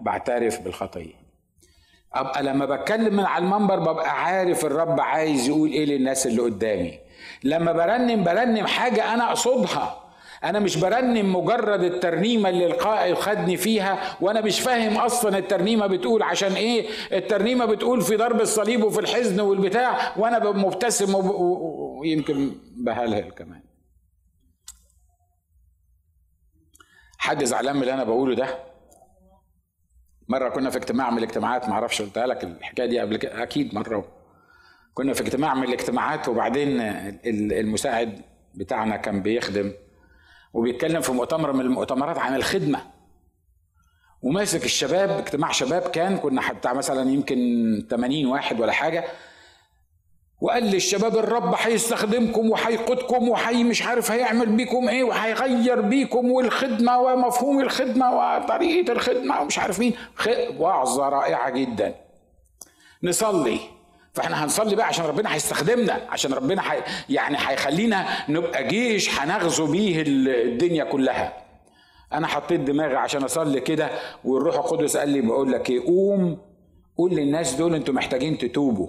أبقى لما بتكلم من على المنبر ببقى عارف الرب عايز يقول إيه للناس اللي قدامي. لما برنم حاجة أنا أقصدها، أنا مش برنم مجرد الترنيمة اللي القائد خدني فيها وأنا مش فاهم أصلا الترنيمة بتقول عشان إيه. الترنيمة بتقول في ضرب الصليب وفي الحزن والبتاع، وأنا مبتسم ويمكن بهلهل كمان. حد زعلان من اللي أنا بقوله ده؟ مرة كنا في اجتماع من الاجتماعات، معرفش قلتها لك الحكاية دي قبل كده أكيد، مرة كنا في اجتماع من الاجتماعات وبعدين المساعد بتاعنا كان بيخدم وبيتكلم في مؤتمر من المؤتمرات عن الخدمة، وماسك الشباب، اجتماع شباب كنا حتى مثلا يمكن 80 واحد ولا حاجة، وقال للشباب الرب هيستخدمكم وهيقودكم مش عارف هيعمل بيكم ايه وهيغير بيكم، والخدمة ومفهوم الخدمة وطريقة الخدمة ومش عارف مين. وعظة رائعة جدا. نصلي، فاحنا هنصلي بقى عشان ربنا هيستخدمنا، عشان ربنا يعني هيخلينا نبقى جيش هنغزو بيه الدنيا كلها. انا حطيت دماغي عشان اصلي كده، والروح القدس قال لي بقول لك ايه، قوم قول للناس دول انتوا محتاجين تتوبوا.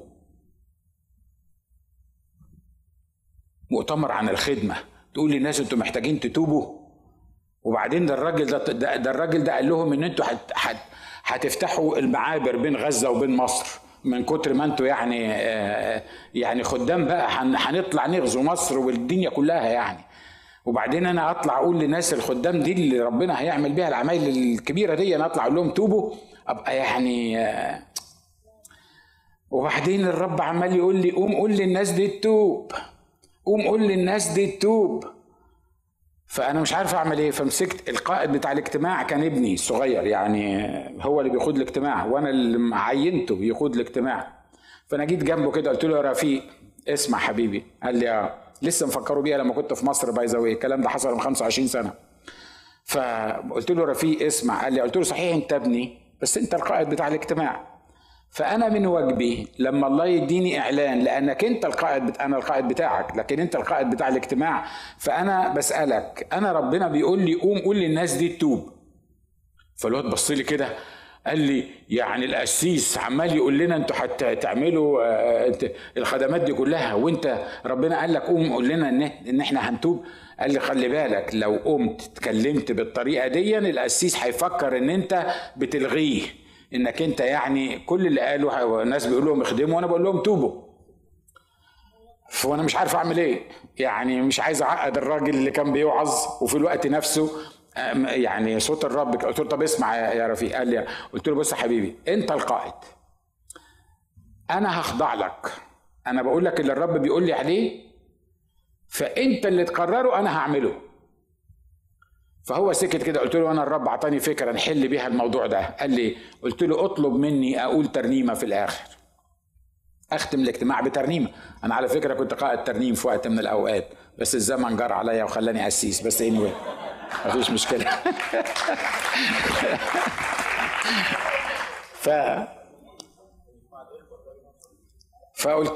مؤتمر عن الخدمة، تقول للناس انتوا محتاجين تتوبوا. وبعدين ده الراجل ده قال لهم ان انتوا هتفتحوا المعابر بين غزة وبين مصر من كتر ما انتوا يعني خدام بقى، هنطلع نغزو مصر والدنيا كلها يعني. وبعدين انا اطلع اقول للناس الخدام دي اللي ربنا هيعمل بيها العمايل الكبيرة دي، انا اطلع اقول لهم توبوا، ابقى يعني وبعدين الرب عمال يقول لي قوم قول للناس دي تتوب، قوم قول للناس دي تتوب. فأنا مش عارف أعمل إيه، فمسكت القائد بتاع الاجتماع، كان ابني الصغير يعني هو اللي بيقود الاجتماع وأنا اللي عينته يقود الاجتماع. فانا جيت جنبه كده قلت له يا رفيق اسمع حبيبي. قال لي لسه مفكروا بيها لما كنت في مصر باي ذا واي، الكلام ده حصل من 25 سنه. فقلت له رفيق اسمع. قال لي، قلت له صحيح انت ابني بس انت القائد بتاع الاجتماع، فانا من واجبي لما الله يديني اعلان لانك انت القائد انا القائد بتاعك لكن انت القائد بتاع الاجتماع، فانا بسالك انا ربنا بيقول لي قوم قول للناس دي تتوب. فالواد بص لي كده قال لي يعني القسيس عمال يقول لنا انتوا هتعملوا الخدمات دي كلها وانت ربنا قال لك قوم قول لنا ان احنا هنتوب؟ قال لي خلي بالك لو قمت اتكلمت بالطريقه دي القسيس هيفكر ان انت بتلغيه، انك انت يعني كل اللي قالوا الناس بيقول لهم اخدموا وانا بقول لهم توبوا. فانا مش عارف اعمل ايه، يعني مش عايز اعقد الراجل اللي كان بيوعظ وفي الوقت نفسه يعني صوت الرب. قلت له طب اسمع يا رفيق. قال لي، قلت له بص يا حبيبي انت القائد، انا هخضع لك، انا بقول لك اللي الرب بيقول لي عليه فانت اللي تقرره انا هعمله. فهو سكت كده. قلت له انا الرب اعطاني فكره نحل بيها الموضوع ده. قال لي، قلت له اطلب مني اقول ترنيمه في الاخر، اختم الاجتماع بترنيمه. انا على فكره كنت قائد ترنيم في وقت من الاوقات بس الزمن جرى عليا وخلاني قسيس، بس anyway مفيش مشكله. فقلت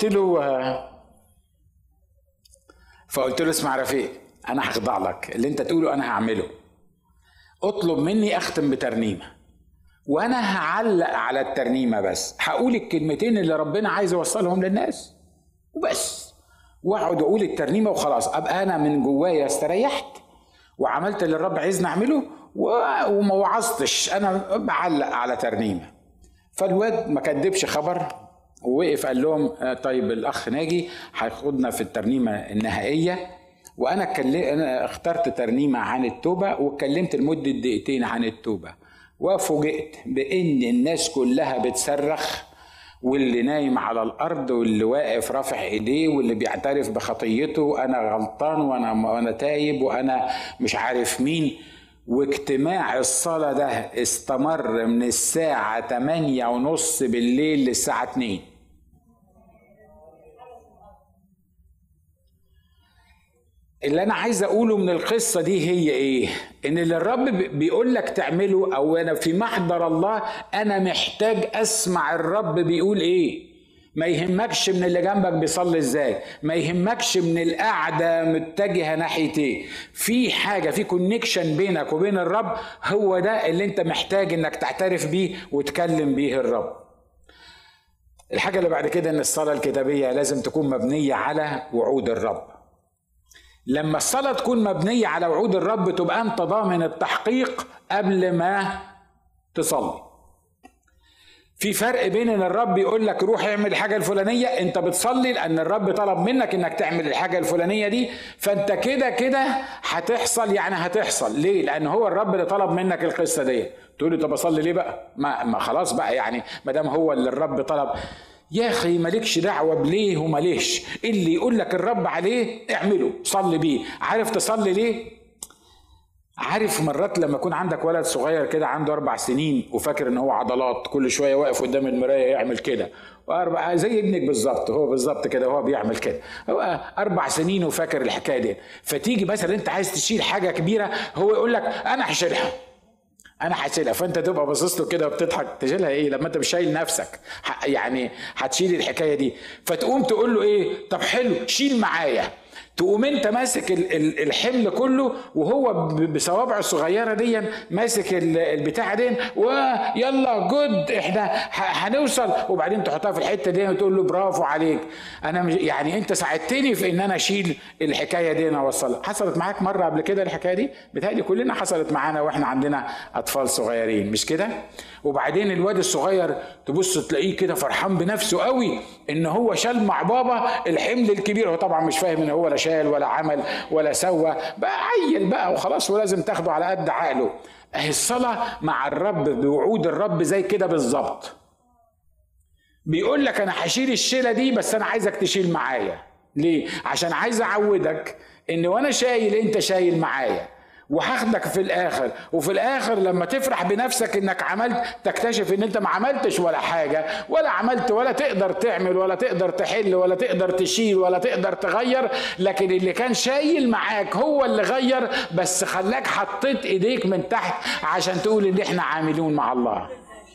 له اسمع رفيق انا هخضع لك، اللي انت تقوله انا هعمله، اطلب مني اختم بترنيمه وانا هعلق على الترنيمه بس، هقول الكلمتين اللي ربنا عايز يوصلهم للناس وبس، واقعد اقول الترنيمه وخلاص، ابقى انا من جوايا استريحت وعملت اللي الرب عايزني اعمله وما وعظتش، انا بعلق على ترنيمه. فالواد ما كدبش خبر ووقف قال لهم طيب الاخ ناجي هياخدنا في الترنيمه النهائيه، وانا اخترت ترنيمه عن التوبه واتكلمت لمده دقيقتين عن التوبه، وفوجئت بان الناس كلها بتصرخ، واللي نايم على الارض واللي واقف رافع ايديه واللي بيعترف بخطيته انا غلطان وانا تايب وانا مش عارف مين. واجتماع الصلاة ده استمر من الساعة 8:30 بالليل للساعة 2. اللي انا عايز اقوله من القصة دي هي ايه؟ ان اللي الرب بيقول لك تعمله او انا في محضر الله انا محتاج اسمع الرب بيقول ايه. ما يهمكش من اللي جنبك بيصلي ازاي، ما يهمكش من القعدة متجهة ناحية ايه، في حاجة في كونكشن بينك وبين الرب، هو ده اللي انت محتاج انك تعترف بيه وتكلم بيه الرب. الحاجة اللي بعد كده ان الصلاة الكتابية لازم تكون مبنية على وعود الرب. لما الصلاة تكون مبنية على وعود الرب تبقى انت ضامن التحقيق قبل ما تصلي. في فرق بين ان الرب يقول لك روح اعمل الحاجه الفلانيه، انت بتصلي لان الرب طلب منك انك تعمل الحاجه الفلانيه دي، فانت كده كده هتحصل، يعني هتحصل. ليه؟ لان هو الرب اللي طلب منك القصه دي. تقول لي طب اصلي ليه بقى؟ ما خلاص بقى، يعني ما دام هو اللي الرب طلب. يا اخي مالكش دعوه بليه وماليش، اللي يقول لك الرب عليه اعمله، صلي بيه. عارف تصلي ليه؟ عارف مرات لما يكون عندك ولد صغير كده عنده 4 سنين وفاكر ان هو عضلات، كل شويه واقف قدام المرايه يعمل كده، زي ابنك بالظبط، هو بالظبط كده هو بيعمل كده، هو 4 سنين وفاكر الحكايه دي. فتيجي مثلا انت عايز تشيل حاجه كبيره، هو يقول لك انا هشيلها انا هشيلها، فانت تبقى باصص له كده وبتضحك. تشيلها ايه لما انت مش شايل نفسك؟ يعني هتشيل الحكايه دي. فتقوم تقول له ايه؟ طب حلو شيل معايا. تقوم انت ماسك الحمل كله وهو بصوابعه الصغيره دي ماسك البتاعه دي، ويلا جود احنا هنوصل، وبعدين تحطها في الحته دي وتقول له برافو عليك، انا يعني انت ساعدتني في ان انا اشيل الحكايه دي انا اوصلها. حصلت معاك مره قبل كده الحكايه دي؟ بتهيألي كلنا حصلت معانا واحنا عندنا اطفال صغيرين، مش كده؟ وبعدين الواد الصغير تبص تلاقيه كده فرحان بنفسه قوي ان هو شال مع بابا الحمل الكبير، هو طبعا مش فاهم ان هو لا شال ولا عمل ولا سوى، بقى عيل بقى وخلاص ولازم تاخده على قد عقله. اهي الصلاة مع الرب بوعود الرب زي كده بالظبط. بيقول لك انا هشيل الشيلة دي بس انا عايزك تشيل معايا. ليه؟ عشان عايز اعودك ان وانا شايل انت شايل معايا، وهاخدك في الاخر. وفي الاخر لما تفرح بنفسك انك عملت، تكتشف ان انت ما عملتش ولا حاجة، ولا عملت ولا تقدر تعمل ولا تقدر تحل ولا تقدر تشيل ولا تقدر تغير، لكن اللي كان شايل معاك هو اللي غير، بس خلاك حطيت ايديك من تحت عشان تقول ان احنا عاملون مع الله.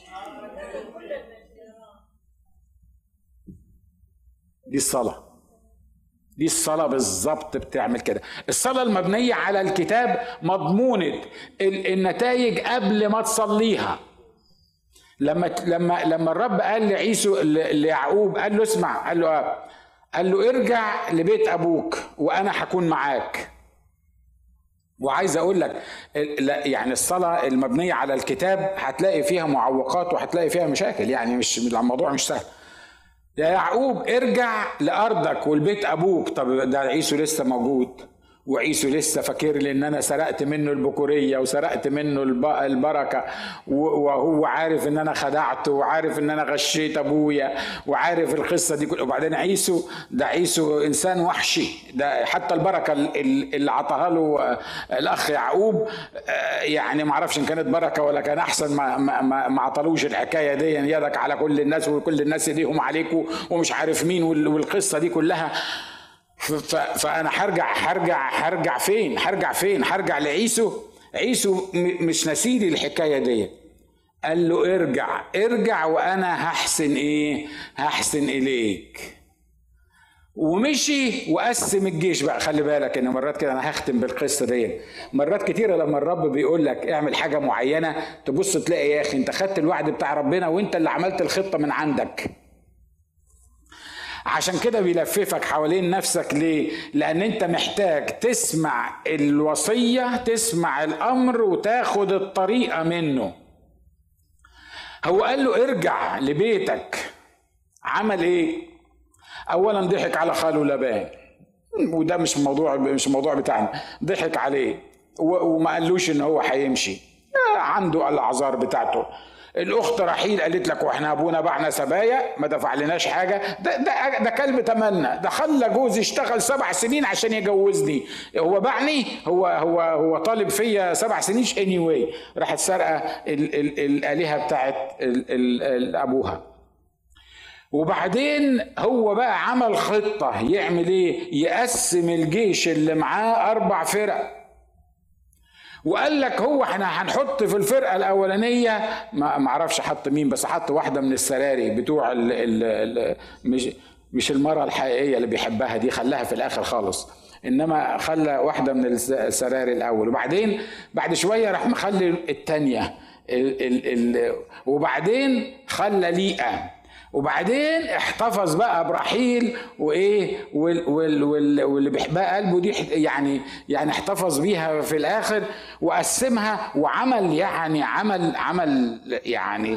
دي الصلاة، دي الصلاة بالظبط بتعمل كده. الصلاة المبنية على الكتاب مضمونة النتائج قبل ما تصليها. لما الرب قال لعيسو ليعقوب، قال له اسمع، قال له ارجع لبيت ابوك وانا هكون معاك. وعايز اقول لك يعني الصلاة المبنية على الكتاب هتلاقي فيها معوقات وهتلاقي فيها مشاكل، يعني مش الموضوع مش سهل. يا يعقوب ارجع لأرضك والبيت أبوك. طب ده عيسو لسه موجود، وعيسو لسه فاكر لي ان انا سرقت منه البكورية وسرقت منه البركة، وهو عارف ان انا خدعته وعارف ان انا غشيت ابويا وعارف القصة دي كلها. وبعدين عيسو ده عيسو انسان وحشي، ده حتى البركة اللي عطاها له الاخ يعقوب يعني ما اعرفش ان كانت بركة ولا كان احسن ما عطلوش الحكاية دي، يدك على كل الناس وكل الناس يديهم عليكم ومش عارف مين والقصة دي كلها. فانا هرجع فين؟ هرجع لعيسو. عيسو مش نسيلي الحكايه دي. قال له ارجع وانا هحسن اليك. ومشي وقسم الجيش بقى. خلي بالك ان مرات كده، انا هختم بالقصه دي، مرات كتيره لما الرب بيقول لك اعمل حاجه معينه تبص تلاقي يا اخي انت خدت الوعد بتاع ربنا وانت اللي عملت الخطه من عندك. عشان كده بيلففك حوالين نفسك. ليه؟ لأن أنت محتاج تسمع الوصية، تسمع الأمر وتاخد الطريقة منه. هو قال له ارجع لبيتك. عمل ايه؟ أولا ضحك على خاله لابان، وده مش موضوع بتاعنا. ضحك عليه وما قالوش ان هو هيمشي، عنده الأعذار بتاعته. الاخت رحيل قالت لك واحنا ابونا باعنا سبايا ما دفع لناش حاجه، ده كلب تمنى، ده خلى جوزي يشتغل 7 سنين عشان يجوزني، هو باعني، هو طالب فيا 7 سنين anyway. راحت سرقه الالهه بتاعت ابوها. وبعدين هو بقى عمل خطه يعمل ايه؟ يقسم الجيش اللي معاه 4 فرق. وقال لك هو احنا هنحط في الفرقه الاولانيه، ما اعرفش حط مين، بس حط واحده من السراري بتوع مش المراه الحقيقيه اللي بيحبها دي، خلاها في الاخر خالص، انما خلى واحده من السراري الاول. وبعدين بعد شويه راح مخلي الثانيه، وبعدين خلى ليئه، وبعدين احتفظ بقى برحيل وايه واللي بيحبها قلبه دي، يعني احتفظ بيها في الاخر وقسمها وعمل عمل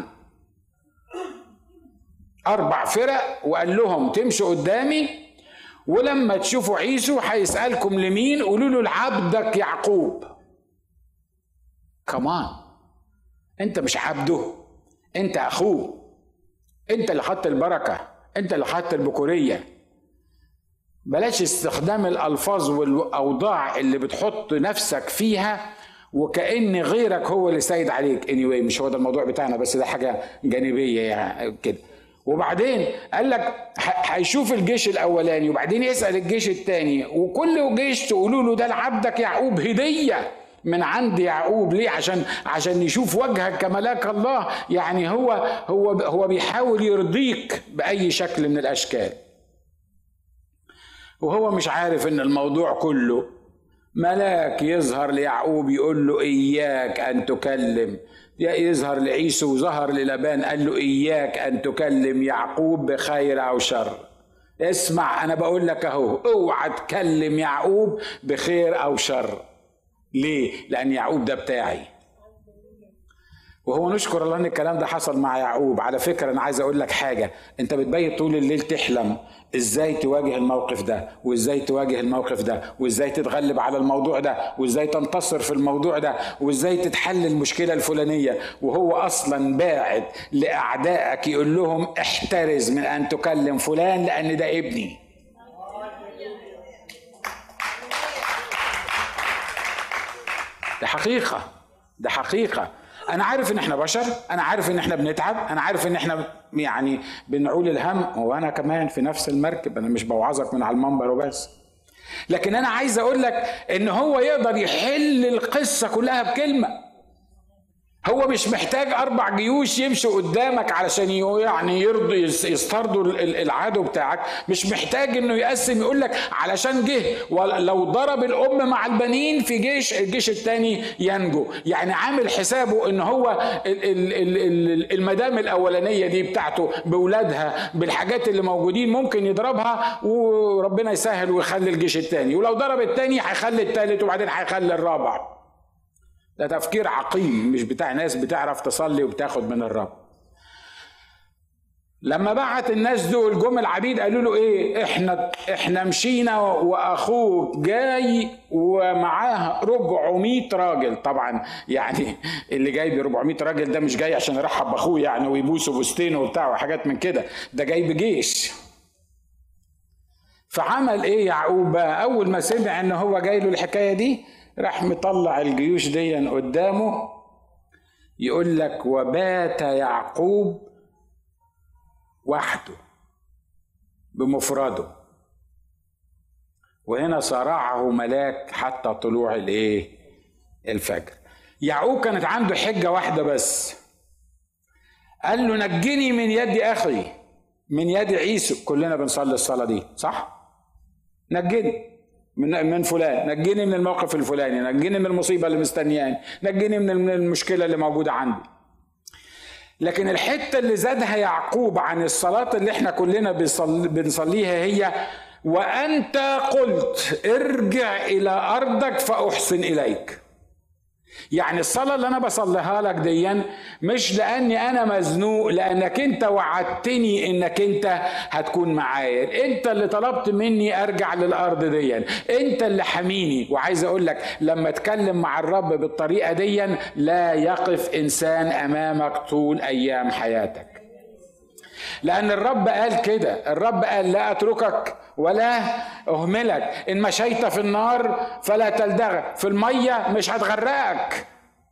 4 فرق. وقال لهم تمشوا قدامي، ولما تشوفوا عيسو هيسألكم لمين قولوا له لعبدك يعقوب. كمان انت مش عبده، انت اخوه، انت اللي خدت البركة، انت اللي خدت البكورية. بلاش استخدام الألفاظ والأوضاع اللي بتحط نفسك فيها وكأن غيرك هو اللي سيد عليك. anyway مش هو ده الموضوع بتاعنا، بس ده حاجة جانبية يعني كده. وبعدين قال لك هيشوف الجيش الأولاني وبعدين يسأل الجيش الثاني، وكل جيش تقولوا له ده لعبدك يعقوب هدية من عند يعقوب. ليه؟ عشان يشوف وجهك كملاك الله. يعني هو بيحاول يرضيك بأي شكل من الأشكال، وهو مش عارف ان الموضوع كله ملاك يظهر ليعقوب يقول له إياك أن تكلم، يظهر لعيسو وظهر للابان قال له إياك أن تكلم يعقوب بخير أو شر. اسمع أنا بقول لك أهو، اوعى تكلم يعقوب بخير أو شر. ليه؟ لأن يعقوب ده بتاعي. وهو نشكر الله ان الكلام ده حصل مع يعقوب. على فكرة انا عايز اقول لك حاجة، انت بتبيت طول الليل تحلم ازاي تواجه الموقف ده وازاي تواجه الموقف ده وازاي تتغلب على الموضوع ده وازاي تنتصر في الموضوع ده وازاي تتحل المشكلة الفلانية، وهو اصلا باعد لاعدائك يقول لهم احترز من ان تكلم فلان لان ده ابني. ده حقيقة. أنا عارف إن إحنا بشر، أنا عارف إن إحنا بنتعب، أنا عارف إن إحنا يعني بنعول الهم، وأنا كمان في نفس المركب، أنا مش بوعظك من على المنبر وبس. لكن أنا عايز أقول لك إن هو يقدر يحل القصة كلها بكلمة. هو مش محتاج 4 جيوش يمشوا قدامك علشان يعني يرضوا يسترضوا العدو بتاعك. مش محتاج انه يقسم يقول لك علشان جه ولو ضرب الام مع البنين في الجيش التاني ينجو. يعني عامل حسابه ان هو المدام الاولانيه دي بتاعته باولادها بالحاجات اللي موجودين ممكن يضربها وربنا يسهل ويخلي الجيش التاني، ولو ضرب التاني هيخلي التالت وبعدين هيخلي الرابع. ده تفكير عقيم، مش بتاع ناس بتعرف تصلي وبتاخد من الرب. لما بعت الناس دول جم العبيد قالوا له ايه؟ احنا مشينا واخوك جاي ومعاه 400 راجل. طبعا يعني اللي جاي ب 400 راجل ده مش جاي عشان يرحب باخوه يعني ويبوسوا بوستينه وبتاع وحاجات من كده، ده جاي بجيش. فعمل ايه يعقوب؟ اول ما سمع ان هو جاي له الحكايه دي راح مطلع الجيوش دي قدامه. يقول لك وبات يعقوب وحده بمفرده، وهنا صارعه ملاك حتى طلوع الفجر. يعقوب كانت عنده حجة واحدة بس، قال له نجني من يد أخي، من يد عيسو. كلنا بنصلي الصلاة دي صح؟ نجني من فلان، نجيني من الموقف الفلاني، نجيني من المصيبة اللي مستنياني، نجيني من المشكلة اللي موجودة عندي. لكن الحتة اللي زادها يعقوب عن الصلاة اللي احنا كلنا بنصليها هي وأنت قلت ارجع إلى أرضك فأحسن إليك. يعني الصلاة اللي أنا بصليها لك دي مش لأني أنا مزنوق، لأنك أنت وعدتني إنك أنت هتكون معايا، أنت اللي طلبت مني أرجع للأرض دي، أنت اللي حميني. وعايز أقول لك لما تكلم مع الرب بالطريقة دي لا يقف إنسان أمامك طول أيام حياتك، لأن الرب قال كده. الرب قال لا أتركك ولا أهملك، إن مشيت في النار فلا تلدغ، في المية مش هتغرقك.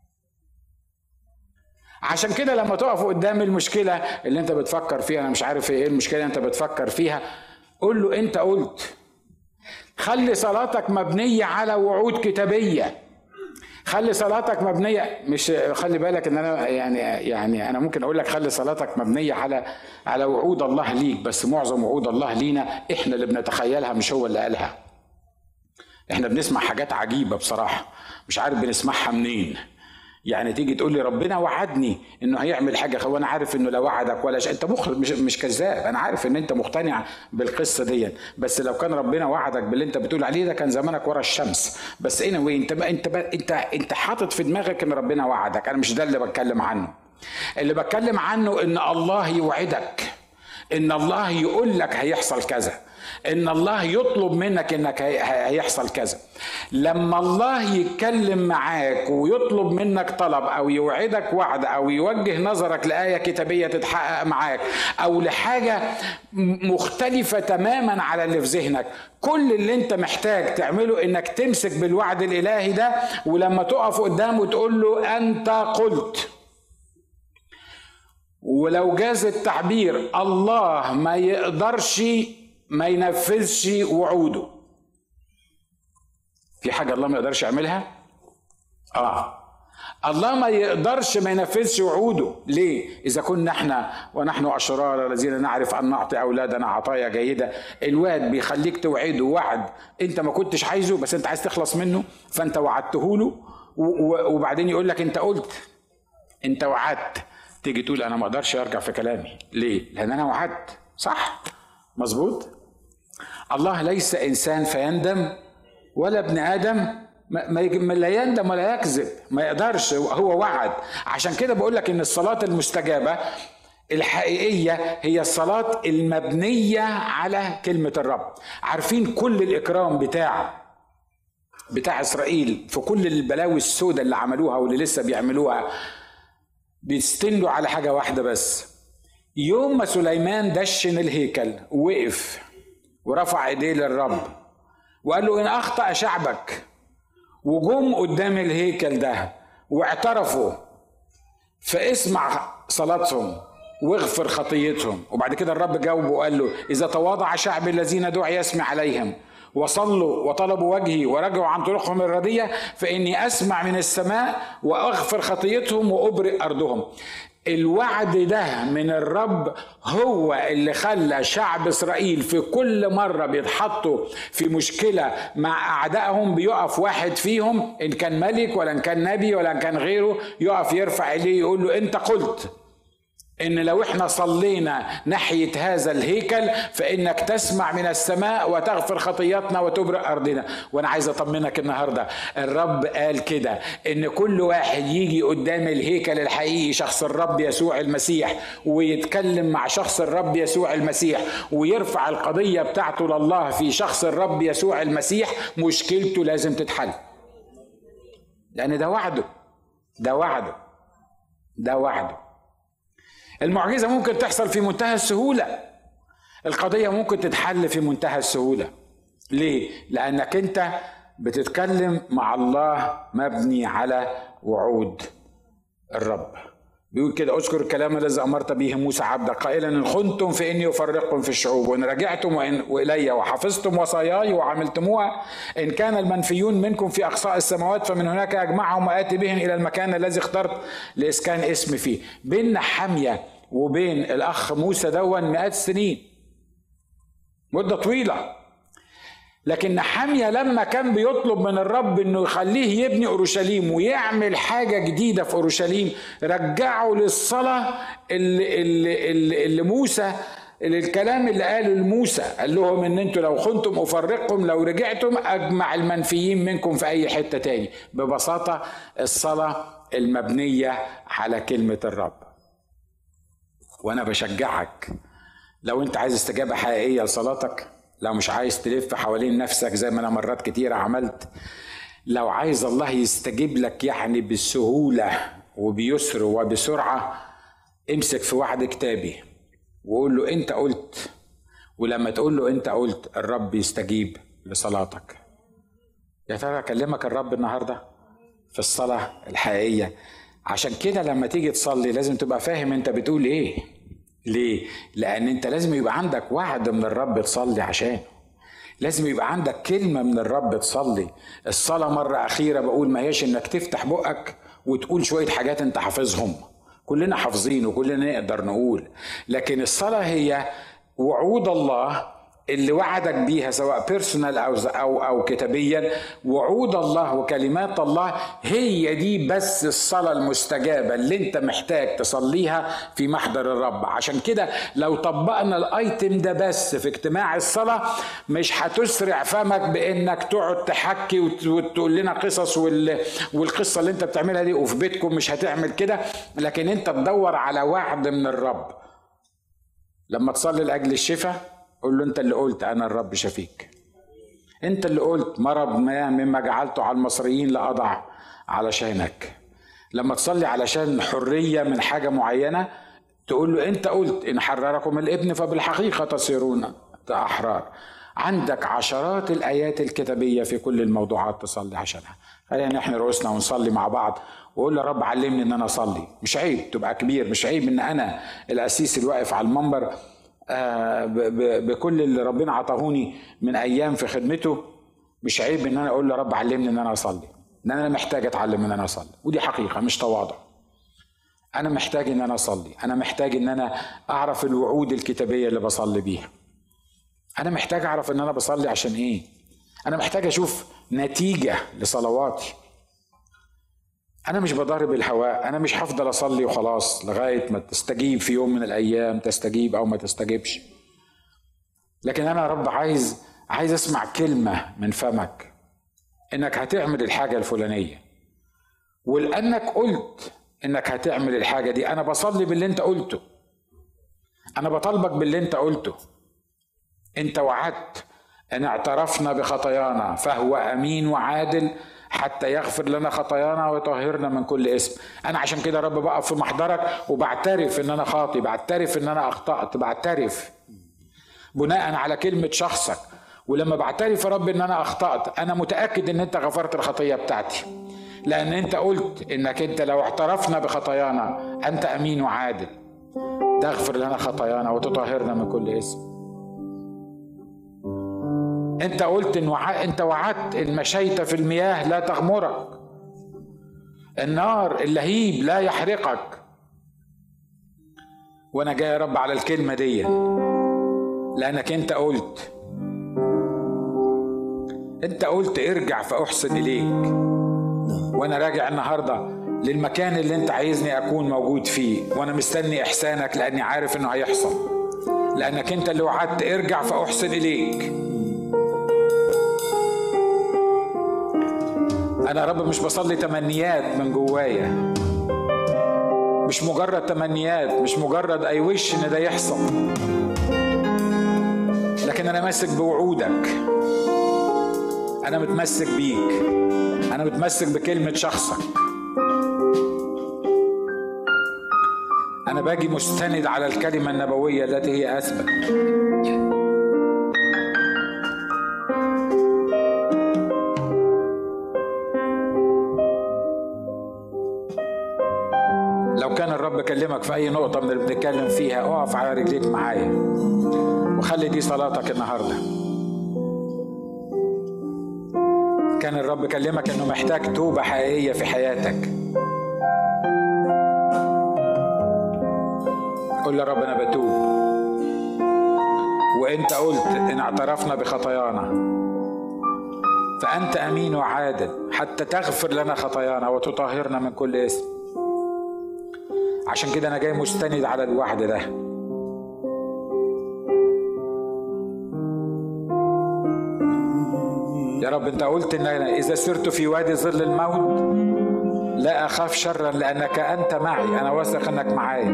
عشان كده لما تقف قدام المشكلة اللي انت بتفكر فيها، أنا مش عارف ايه المشكلة اللي انت بتفكر فيها، قول له انت قلت. خلي صلاتك مبنية على وعود كتابية، خلي صلاتك مبنية، مش خلي بالك ان انا يعني انا ممكن اقول لك خلي صلاتك مبنية على وعود الله ليك، بس معظم وعود الله لينا احنا اللي بنتخيلها مش هو اللي قالها. احنا بنسمع حاجات عجيبة بصراحة مش عارف بنسمعها منين. يعني تيجي تقول لي ربنا وعدني انه هيعمل حاجه، وانا عارف انه لا وعدك ولا انت مش كذاب، انا عارف ان انت مقتنع بالقصه دي، بس لو كان ربنا وعدك باللي انت بتقول عليه ده كان زمانك ورا الشمس. بس انت حاطط في دماغك ان ربنا وعدك. انا مش ده اللي بتكلم عنه. اللي بتكلم عنه ان الله يوعدك، ان الله يقول لك هيحصل كذا، ان الله يطلب منك انك هيحصل كذا. لما الله يتكلم معاك ويطلب منك طلب او يوعدك وعد او يوجه نظرك لآية كتابية تتحقق معاك او لحاجة مختلفة تماما على اللي في ذهنك، كل اللي انت محتاج تعمله انك تمسك بالوعد الالهي ده، ولما تقف قدامه تقول له انت قلت. ولو جاز التعبير الله ما يقدرش ما ينفذش وعوده. في حاجة الله ما يقدرش يعملها؟ الله ما يقدرش ما ينفذش وعوده. ليه؟ إذا كنا احنا ونحن أشرار الذين نعرف أن نعطي أولادنا عطايا جيدة، الواد بيخليك توعده وعد أنت ما كنتش عايزه بس أنت عايز تخلص منه، فأنت وعدته له وبعدين يقول لك أنت قلت، أنت وعدت، تيجي تقول أنا ما أقدرش أرجع في كلامي. ليه؟ لأن أنا وعدت. صح؟ مظبوط؟ الله ليس إنسان فيندم ولا ابن آدم ما لا يندم ولا يكذب، ما يقدرش، هو وعد. عشان كده بقول لك إن الصلاة المستجابة الحقيقية هي الصلاة المبنية على كلمة الرب. عارفين كل الإكرام بتاع إسرائيل في كل البلاوي السوداء اللي عملوها واللي لسه بيعملوها، بيستندوا على حاجة واحدة بس. يوم ما سليمان دشن الهيكل وقف ورفع ايديه للرب وقال له ان اخطأ شعبك وجم قدام الهيكل ده واعترفوا، فاسمع صلاتهم واغفر خطيتهم. وبعد كده الرب جاوبه وقال له: إذا تواضع شعب الذين دعي اسمي عليهم وصلوا وطلبوا وجهي ورجعوا عن طرقهم الردية فإني أسمع من السماء وأغفر خطيتهم وأبرئ أرضهم. الوعد ده من الرب هو اللي خلى شعب إسرائيل في كل مرة بيتحطوا في مشكلة مع أعدائهم بيقف واحد فيهم، إن كان ملك ولا إن كان نبي ولا إن كان غيره، يقف يرفع إليه يقول له: أنت قلت إن لو إحنا صلينا ناحية هذا الهيكل فإنك تسمع من السماء وتغفر خطياتنا وتبرئ أرضنا. وأنا عايز أطمنك النهاردة، الرب قال كده إن كل واحد يجي قدام الهيكل الحقيقي شخص الرب يسوع المسيح ويتكلم مع شخص الرب يسوع المسيح ويرفع القضية بتاعته لله في شخص الرب يسوع المسيح، مشكلته لازم تتحل، لأن ده وعده، ده وعده، ده وعده. المعجزة ممكن تحصل في منتهى السهولة، القضية ممكن تتحل في منتهى السهولة. ليه؟ لأنك أنت بتتكلم مع الله مبني على وعود الرب. بيقول كده: اذكر الكلام الذي أمرت به موسى عبدك قائلا: إن خنتم فإني أفرقكم في الشعوب، وإن رجعتم وإلي وحفظتم وصاياي وعملتموها، إن كان المنفيون منكم في أقصاء السماوات فمن هناك أجمعهم وآتي بهم إلى المكان الذي اخترت لإسكان اسمي فيه. بين نحمية وبين الأخ موسى دون 100 سنين، مدة طويلة. لكن نحمية لما كان بيطلب من الرب انه يخليه يبني اورشليم ويعمل حاجة جديدة في اورشليم، رجعوا للصلاة اللي موسى، الكلام اللي قاله لموسى، قال لهم ان انتوا لو خنتم افرقكم، لو رجعتم اجمع المنفيين منكم في اي حتة تاني. ببساطة الصلاة المبنية على كلمة الرب. وانا بشجعك، لو انت عايز استجابة حقيقية لصلاتك، لو مش عايز تلف حوالين نفسك زي ما انا مرات كتيرة عملت، لو عايز الله يستجيب لك يعني بسهولة وبيسر وبسرعة، امسك في وعد كتابي وقول له انت قلت. ولما تقول له انت قلت، الرب يستجيب لصلاتك. يا ترى اكلمك الرب النهاردة في الصلاة الحقيقية. عشان كده لما تيجي تصلي لازم تبقى فاهم انت بتقول ايه. ليه؟ لأن أنت لازم يبقى عندك وعد من الرب تصلي عشان، لازم يبقى عندك كلمة من الرب تصلي. الصلاة مرة أخيرة بقول ما هيش إنك تفتح بقك وتقول شوية حاجات أنت حافظهم، كلنا حافظين وكلنا نقدر نقول، لكن الصلاة هي وعود الله اللي وعدك بيها سواء بيرسونال أو كتابيا. وعود الله وكلمات الله هي دي بس الصلاة المستجابة اللي انت محتاج تصليها في محضر الرب. عشان كده لو طبقنا الايتم ده بس في اجتماع الصلاة، مش هتسرع فمك بانك تقعد تحكي وتقول لنا قصص والقصة اللي انت بتعملها دي، وفي بيتكم مش هتعمل كده، لكن انت تدور على وعد من الرب. لما تصلي لأجل الشفاء قول له انت اللي قلت انا الرب شفيك، انت اللي قلت مرض ما مما جعلته على المصريين لأضع علشانك. لما تصلي علشان حرية من حاجة معينة تقول له انت قلت ان حرركم الابن فبالحقيقة تصيرون أحرار. عندك عشرات الآيات الكتابية في كل الموضوعات تصلي عشانها. خلينا نحن رؤوسنا ونصلي مع بعض وقول يا رب علمني ان انا اصلي. مش عيب تبقى كبير، مش عيب ان انا القسيس اللي واقف على المنبر بكل اللي ربنا عطاهوني من ايام في خدمته، مش عيب ان انا اقول يا رب علمني ان انا اصلي، ان انا محتاج اتعلم ان انا اصلي. ودي حقيقة مش تواضع، انا محتاج ان انا اصلي، انا محتاج ان انا اعرف الوعود الكتابية اللي بصلي بيها، انا محتاج اعرف ان انا بصلي عشان ايه، انا محتاج اشوف نتيجة لصلواتي. انا مش بضارب الهواء، انا مش هفضل اصلي وخلاص لغاية ما تستجيب في يوم من الايام، تستجيب او ما تستجيبش. لكن انا يا رب عايز اسمع كلمة من فمك انك هتعمل الحاجة الفلانية، ولانك قلت انك هتعمل الحاجة دي انا بصلي باللي انت قلته، انا بطالبك باللي انت قلته. انت وعدت ان اعترفنا بخطايانا فهو امين وعادل حتى يغفر لنا خطايانا ويطهرنا من كل اسم. انا عشان كده يا رب بقف في محضرك وبعترف ان انا خاطئ، بعترف ان انا اخطأت، بعترف بناء على كلمة شخصك ولما بعترف يا رب ان انا اخطأت، انا متأكد ان انت غفرت الخطية بتاعتي، لان انت قلت انك انت لو اعترفنا بخطايانا انت امين وعادل تغفر لنا خطايانا وتطهرنا من كل اسم. انت قلت انت وعدت ان مشيت في المياه لا تغمرك، النار اللهيب لا يحرقك. وانا جاي يا رب على الكلمة دي لانك انت قلت ارجع فاحسن اليك. وانا راجع النهاردة للمكان اللي انت عايزني اكون موجود فيه، وانا مستني احسانك لاني عارف انه هيحصل، لانك انت اللي وعدت ارجع فاحسن اليك. انا يا رب مش بصلي تمنيات من جوايا، مش مجرد تمنيات، مش مجرد اي وش ان ده يحصل، لكن انا ماسك بوعودك، انا متمسك بيك، انا متمسك بكلمة شخصك. انا باجي مستند على الكلمة النبوية التي هي اثبت. لو كان الرب كلمك في اي نقطة من اللي بنتكلم فيها اقف على رجليك معايا وخلي دي صلاتك النهاردة. كان الرب كلمك انه محتاج توبة حقيقية في حياتك، قل يا رب انا بتوب، وانت قلت ان اعترفنا بخطايانا فانت امين وعادل حتى تغفر لنا خطايانا وتطهرنا من كل اسم. عشان كده انا جاي مستند على الوعد ده. يا رب انت قلت ان اذا سرت في وادي ظل الموت لا اخاف شرا لانك انت معي. انا واثق انك معايا،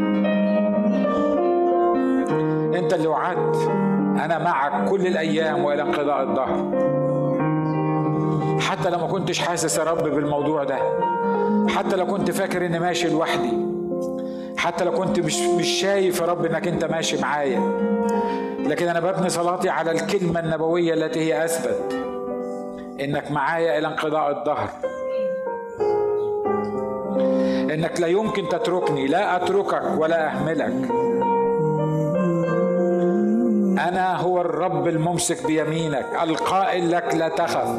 انت اللي وعدت انا معك كل الايام والى انقضاء الدهر. حتى لو ما كنتش حاسس يا رب بالموضوع ده، حتى لو كنت فاكر اني ماشي لوحدي، حتى لو كنت مش شايف يا رب انك انت ماشي معايا، لكن انا ببني صلاتي على الكلمة النبوية التي هي اثبت انك معايا الى انقضاء الدهر، انك لا يمكن تتركني، لا اتركك ولا اهملك. انا هو الرب الممسك بيمينك القائل لك لا تخف.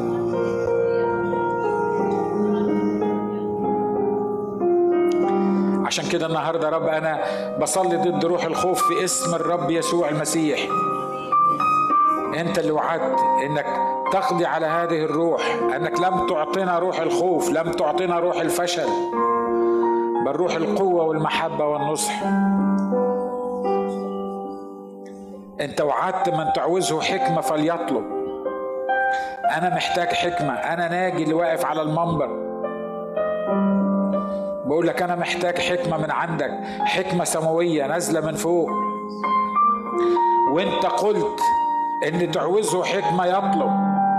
عشان كده النهارده يا رب انا بصلي ضد روح الخوف في اسم الرب يسوع المسيح. انت اللي وعدت انك تقضي على هذه الروح، انك لم تعطينا روح الخوف، لم تعطينا روح الفشل، بل روح القوة والمحبة والنصح. انت وعدت من تعوزه حكمة فليطلب. انا محتاج حكمة، انا ناجي اللي واقف على المنبر بقول لك انا محتاج حكمة من عندك، حكمة سماوية نازلة من فوق. وانت قلت ان تعوزه حكمة يطلب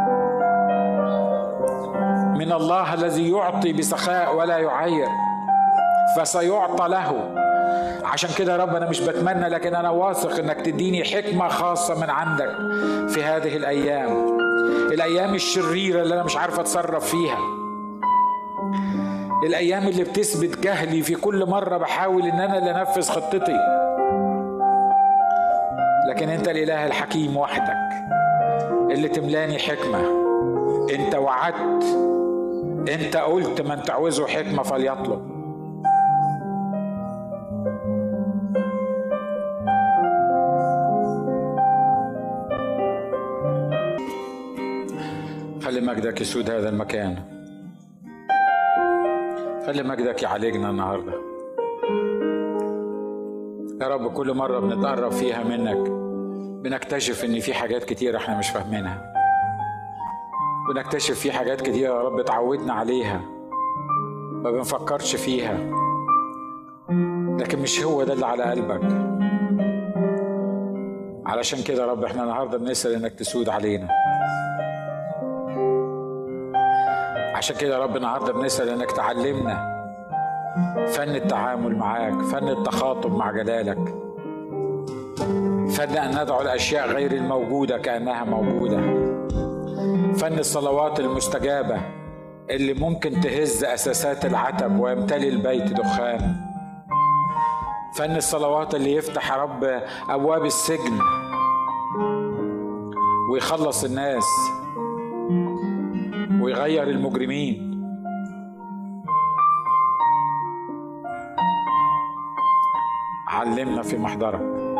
من الله الذي يعطي بسخاء ولا يعير فسيعطى له. عشان كده يا رب انا مش بتمنى، لكن انا واثق انك تديني حكمة خاصة من عندك في هذه الايام الشريرة اللي انا مش عارف اتصرف فيها، الايام اللي بتثبت جهلي في كل مرة بحاول ان انا اللي انفذ خطتي. لكن انت الاله الحكيم وحدك اللي تملاني حكمة. انت وعدت، انت قلت من تعوزه حكمة فليطلب. خلي مجدك يسود هذا المكان، خلي مجدك يعالجنا النهارده يا رب. كل مرة بنتقرب فيها منك بنكتشف ان في حاجات كتير احنا مش فاهمينها، بنكتشف في حاجات كتير يا رب اتعودنا عليها ما بنفكرش فيها، لكن مش هو ده اللي على قلبك. علشان كده يا رب احنا النهارده بنسأل انك تسود علينا. عشان كده يا رب النهارده بنسأل انك تعلمنا فن التعامل معاك، فن التخاطب مع جلالك، فن ان ندعو الاشياء غير الموجودة كأنها موجودة. فن الصلوات المستجابة اللي ممكن تهز أساسات العتب ويمتلي البيت دخان. فن الصلوات اللي يفتح يا رب أبواب السجن ويخلص الناس ويغير المجرمين. علمنا في محضرك.